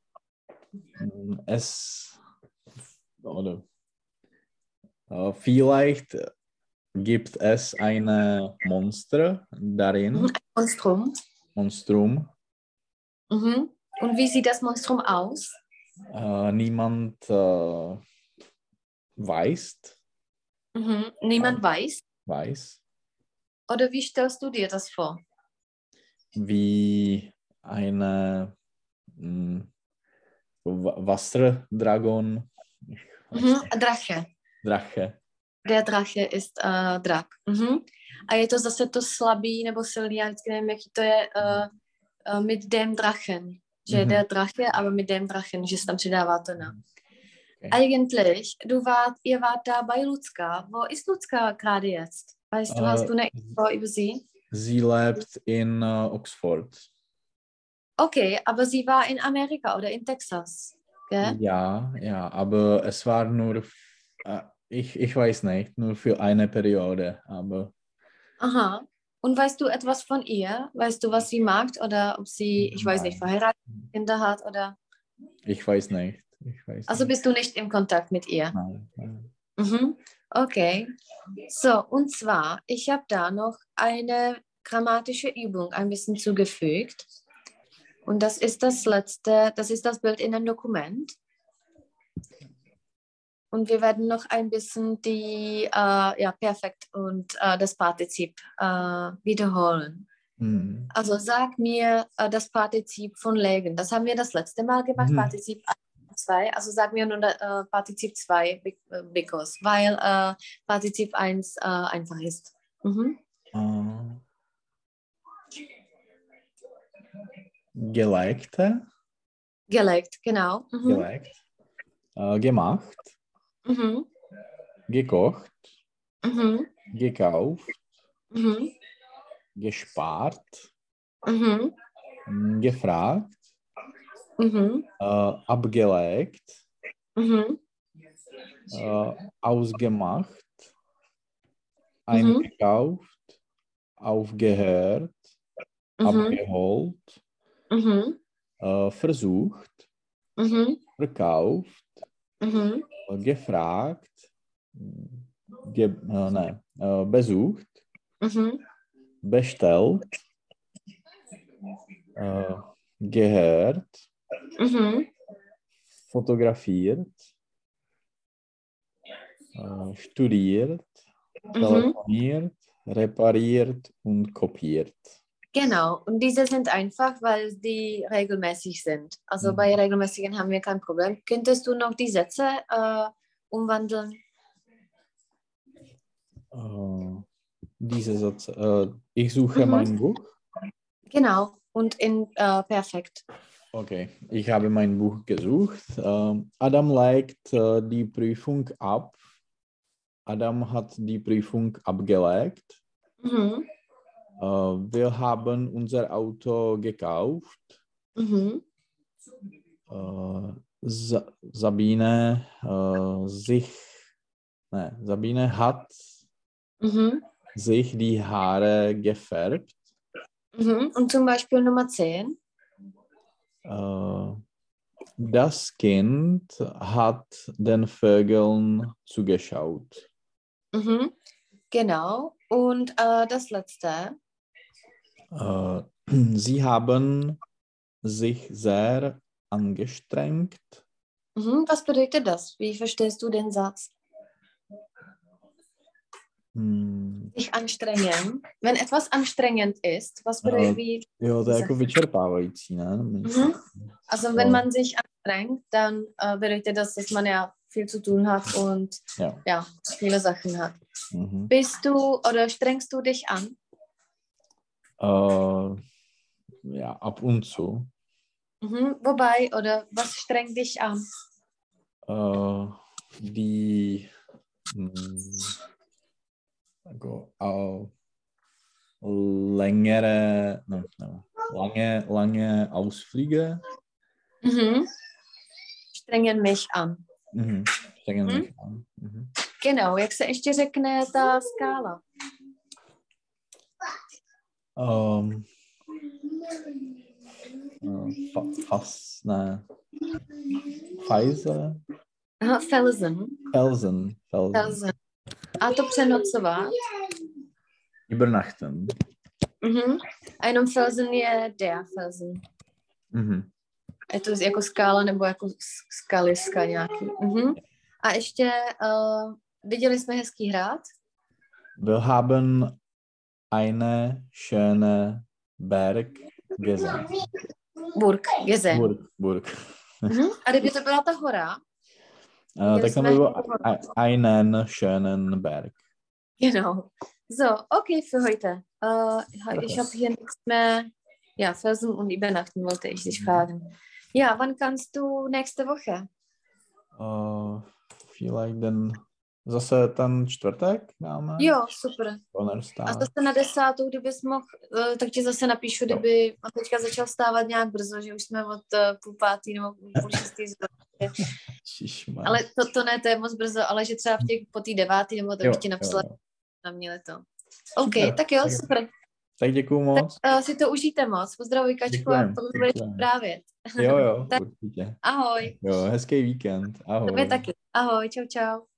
es oder äh, vielleicht gibt es ein Monster Mhm. darin, Ein Monstrum. Monstrum. Mhm. Und wie sieht das Monstrum aus? Äh, niemand äh, weiß, Mhm. Niemand weiß. weiß, Oder wie stellst du dir das vor? wie eine mh, Wasserdragon, ich weiß Mhm. nicht, Drache. Drache. Der Drache ist uh, drak. Mhm. A je to zase to slabý nebo silný, já vždycky nevím, jaký to je uh, uh, mit dem Drachen. Že Mhm. der Drache, aber mit dem Drachen, že se tam přidává to na. Okay. Eigentlich, du wart, ihr wart da bei Luzka. Wo ist Luzka gerade jetzt? Weißt du, hast Äh, du eine Info über sie? sie lebt in äh, Oxford. Okay, aber sie war in Amerika oder in Texas, gell? Ja, ja, aber es war nur, äh, ich, ich weiß nicht, nur für eine Periode, aber Aha. Und weißt du etwas von ihr? Weißt du, was sie mag oder ob sie, ich weiß nicht, nein, verheiratet, Kinder hat oder? ich weiß nicht. Ich weiß Also nicht. bist du nicht im Kontakt mit ihr? Nein, nein. Mhm. Okay. So, und zwar, ich habe da noch eine grammatische Übung ein bisschen zugefügt. Und das ist das letzte, das ist das Bild in einem Dokument. Und wir werden noch ein bisschen die, äh, ja, perfekt und äh, das Partizip äh, wiederholen. Hm. Also sag mir äh, das Partizip von legen. Das haben wir das letzte Mal gemacht, Mhm. Partizip zwei. Also sag mir nur äh, Partizip zwei, because, weil äh, Partizip eins äh, einfach ist. Mhm. Äh, Gelegt, Gelegt, genau. Mhm. gelegt, äh, gemacht, Mhm. gekocht, Mhm. gekauft, Mhm. gespart, Mhm. mh, gefragt, Mhm. äh, abgelegt, Mhm. äh, ausgemacht, Mhm. eingekauft, aufgehört, Mhm. abgeholt, Mhm. äh, versucht, Mhm. verkauft, Mhm. äh, gefragt, ge äh, ne, äh, besucht, Mhm. bestellt, äh, gehört, Mhm. fotografiert, äh, studiert, Mhm. telefoniert, repariert und kopiert. Genau, und diese sind einfach, weil die regelmäßig sind. Also bei Mhm. regelmäßigen haben wir kein Problem. Könntest du noch die Sätze äh, umwandeln? Äh, diese Satz, äh, ich suche Mhm. mein Buch. Genau, und in äh, perfekt. Okay, ich habe mein Buch gesucht. Ähm, Adam legt äh, die Prüfung ab. Adam hat die Prüfung abgelegt. Mhm. Äh, wir haben unser Auto gekauft. Mhm. Äh, Sa Sabine äh, sich, ne, Sabine hat Mhm. sich die Haare gefärbt. Mhm. Und zum Beispiel Nummer zehn. Äh, das Kind hat den Vögeln zugeschaut. Mhm. Genau. Und äh, das letzte. Äh, sie haben sich sehr angestrengt. Mhm. Was bedeutet das? Wie verstehst du den Satz? Hmm. Sich anstrengen. Wenn etwas anstrengend ist, was bedeutet, Uh, wie jo, to je jako vyčerpávající, ne? Mhm. Also wenn So, man sich anstrengt, dann äh, bedeutet das, dass man ja viel zu tun hat und ja. ja, viele Sachen hat. Mhm. Bist du oder strengst du dich an? Uh, ja, ab und zu. Mhm. Wobei, oder was strengt dich an? Uh, die hm, jako, uh, längere, no, no. Lange, lange Ausflüge. Mhm. Strengen mich an. Mhm. Strengen Mhm. mich an. Mhm. Genau, jak se ještě řekne ta skála? Um, uh, fa, fas, ne. Feise? Aha, Felsen. Felsen. Felsen. Felsen. A to přenocovat? Übernachten. Mhm. A jenom Felsen je der Felsen. Mhm. Je to jako skála nebo jako skaliska nějaký. Mhm. A ještě uh, viděli jsme hezký hrad. Wir haben eine schöne Berg gesehen. Burg, gesehen. Burg. Burg. Mhm. A kdyby to byla ta hora? Uh, tak tam by byl einen schönen Berg. Genau. So, okay, für heute. Uh, ich habe hier nichts mehr. Ja, Felsen und Übernachten wollte ich dich fragen. Ja, wann kannst du nächste Woche? Uh, vielleicht den zase ten čtvrtek dáme? Jo, super. A zase na desátou, kdybys mohl, tak ti zase napíšu, kdyby a teďka začal stávat nějak brzo, že už jsme od půl pátý nebo půl šestý. Ale to, to ne, to je moc brzo, ale že třeba v těch po té devátý nebo to už ti napsala na mě leto. OK, super, tak jo, super. Tak děkuju moc. Tak uh, si to užijte moc. Pozdravuj, Kačku, děkujem, a potom budeš vyprávět. Jo, jo, určitě. Ahoj. Jo, hezký víkend. Ahoj. Tobě taky. Ahoj, čau, čau.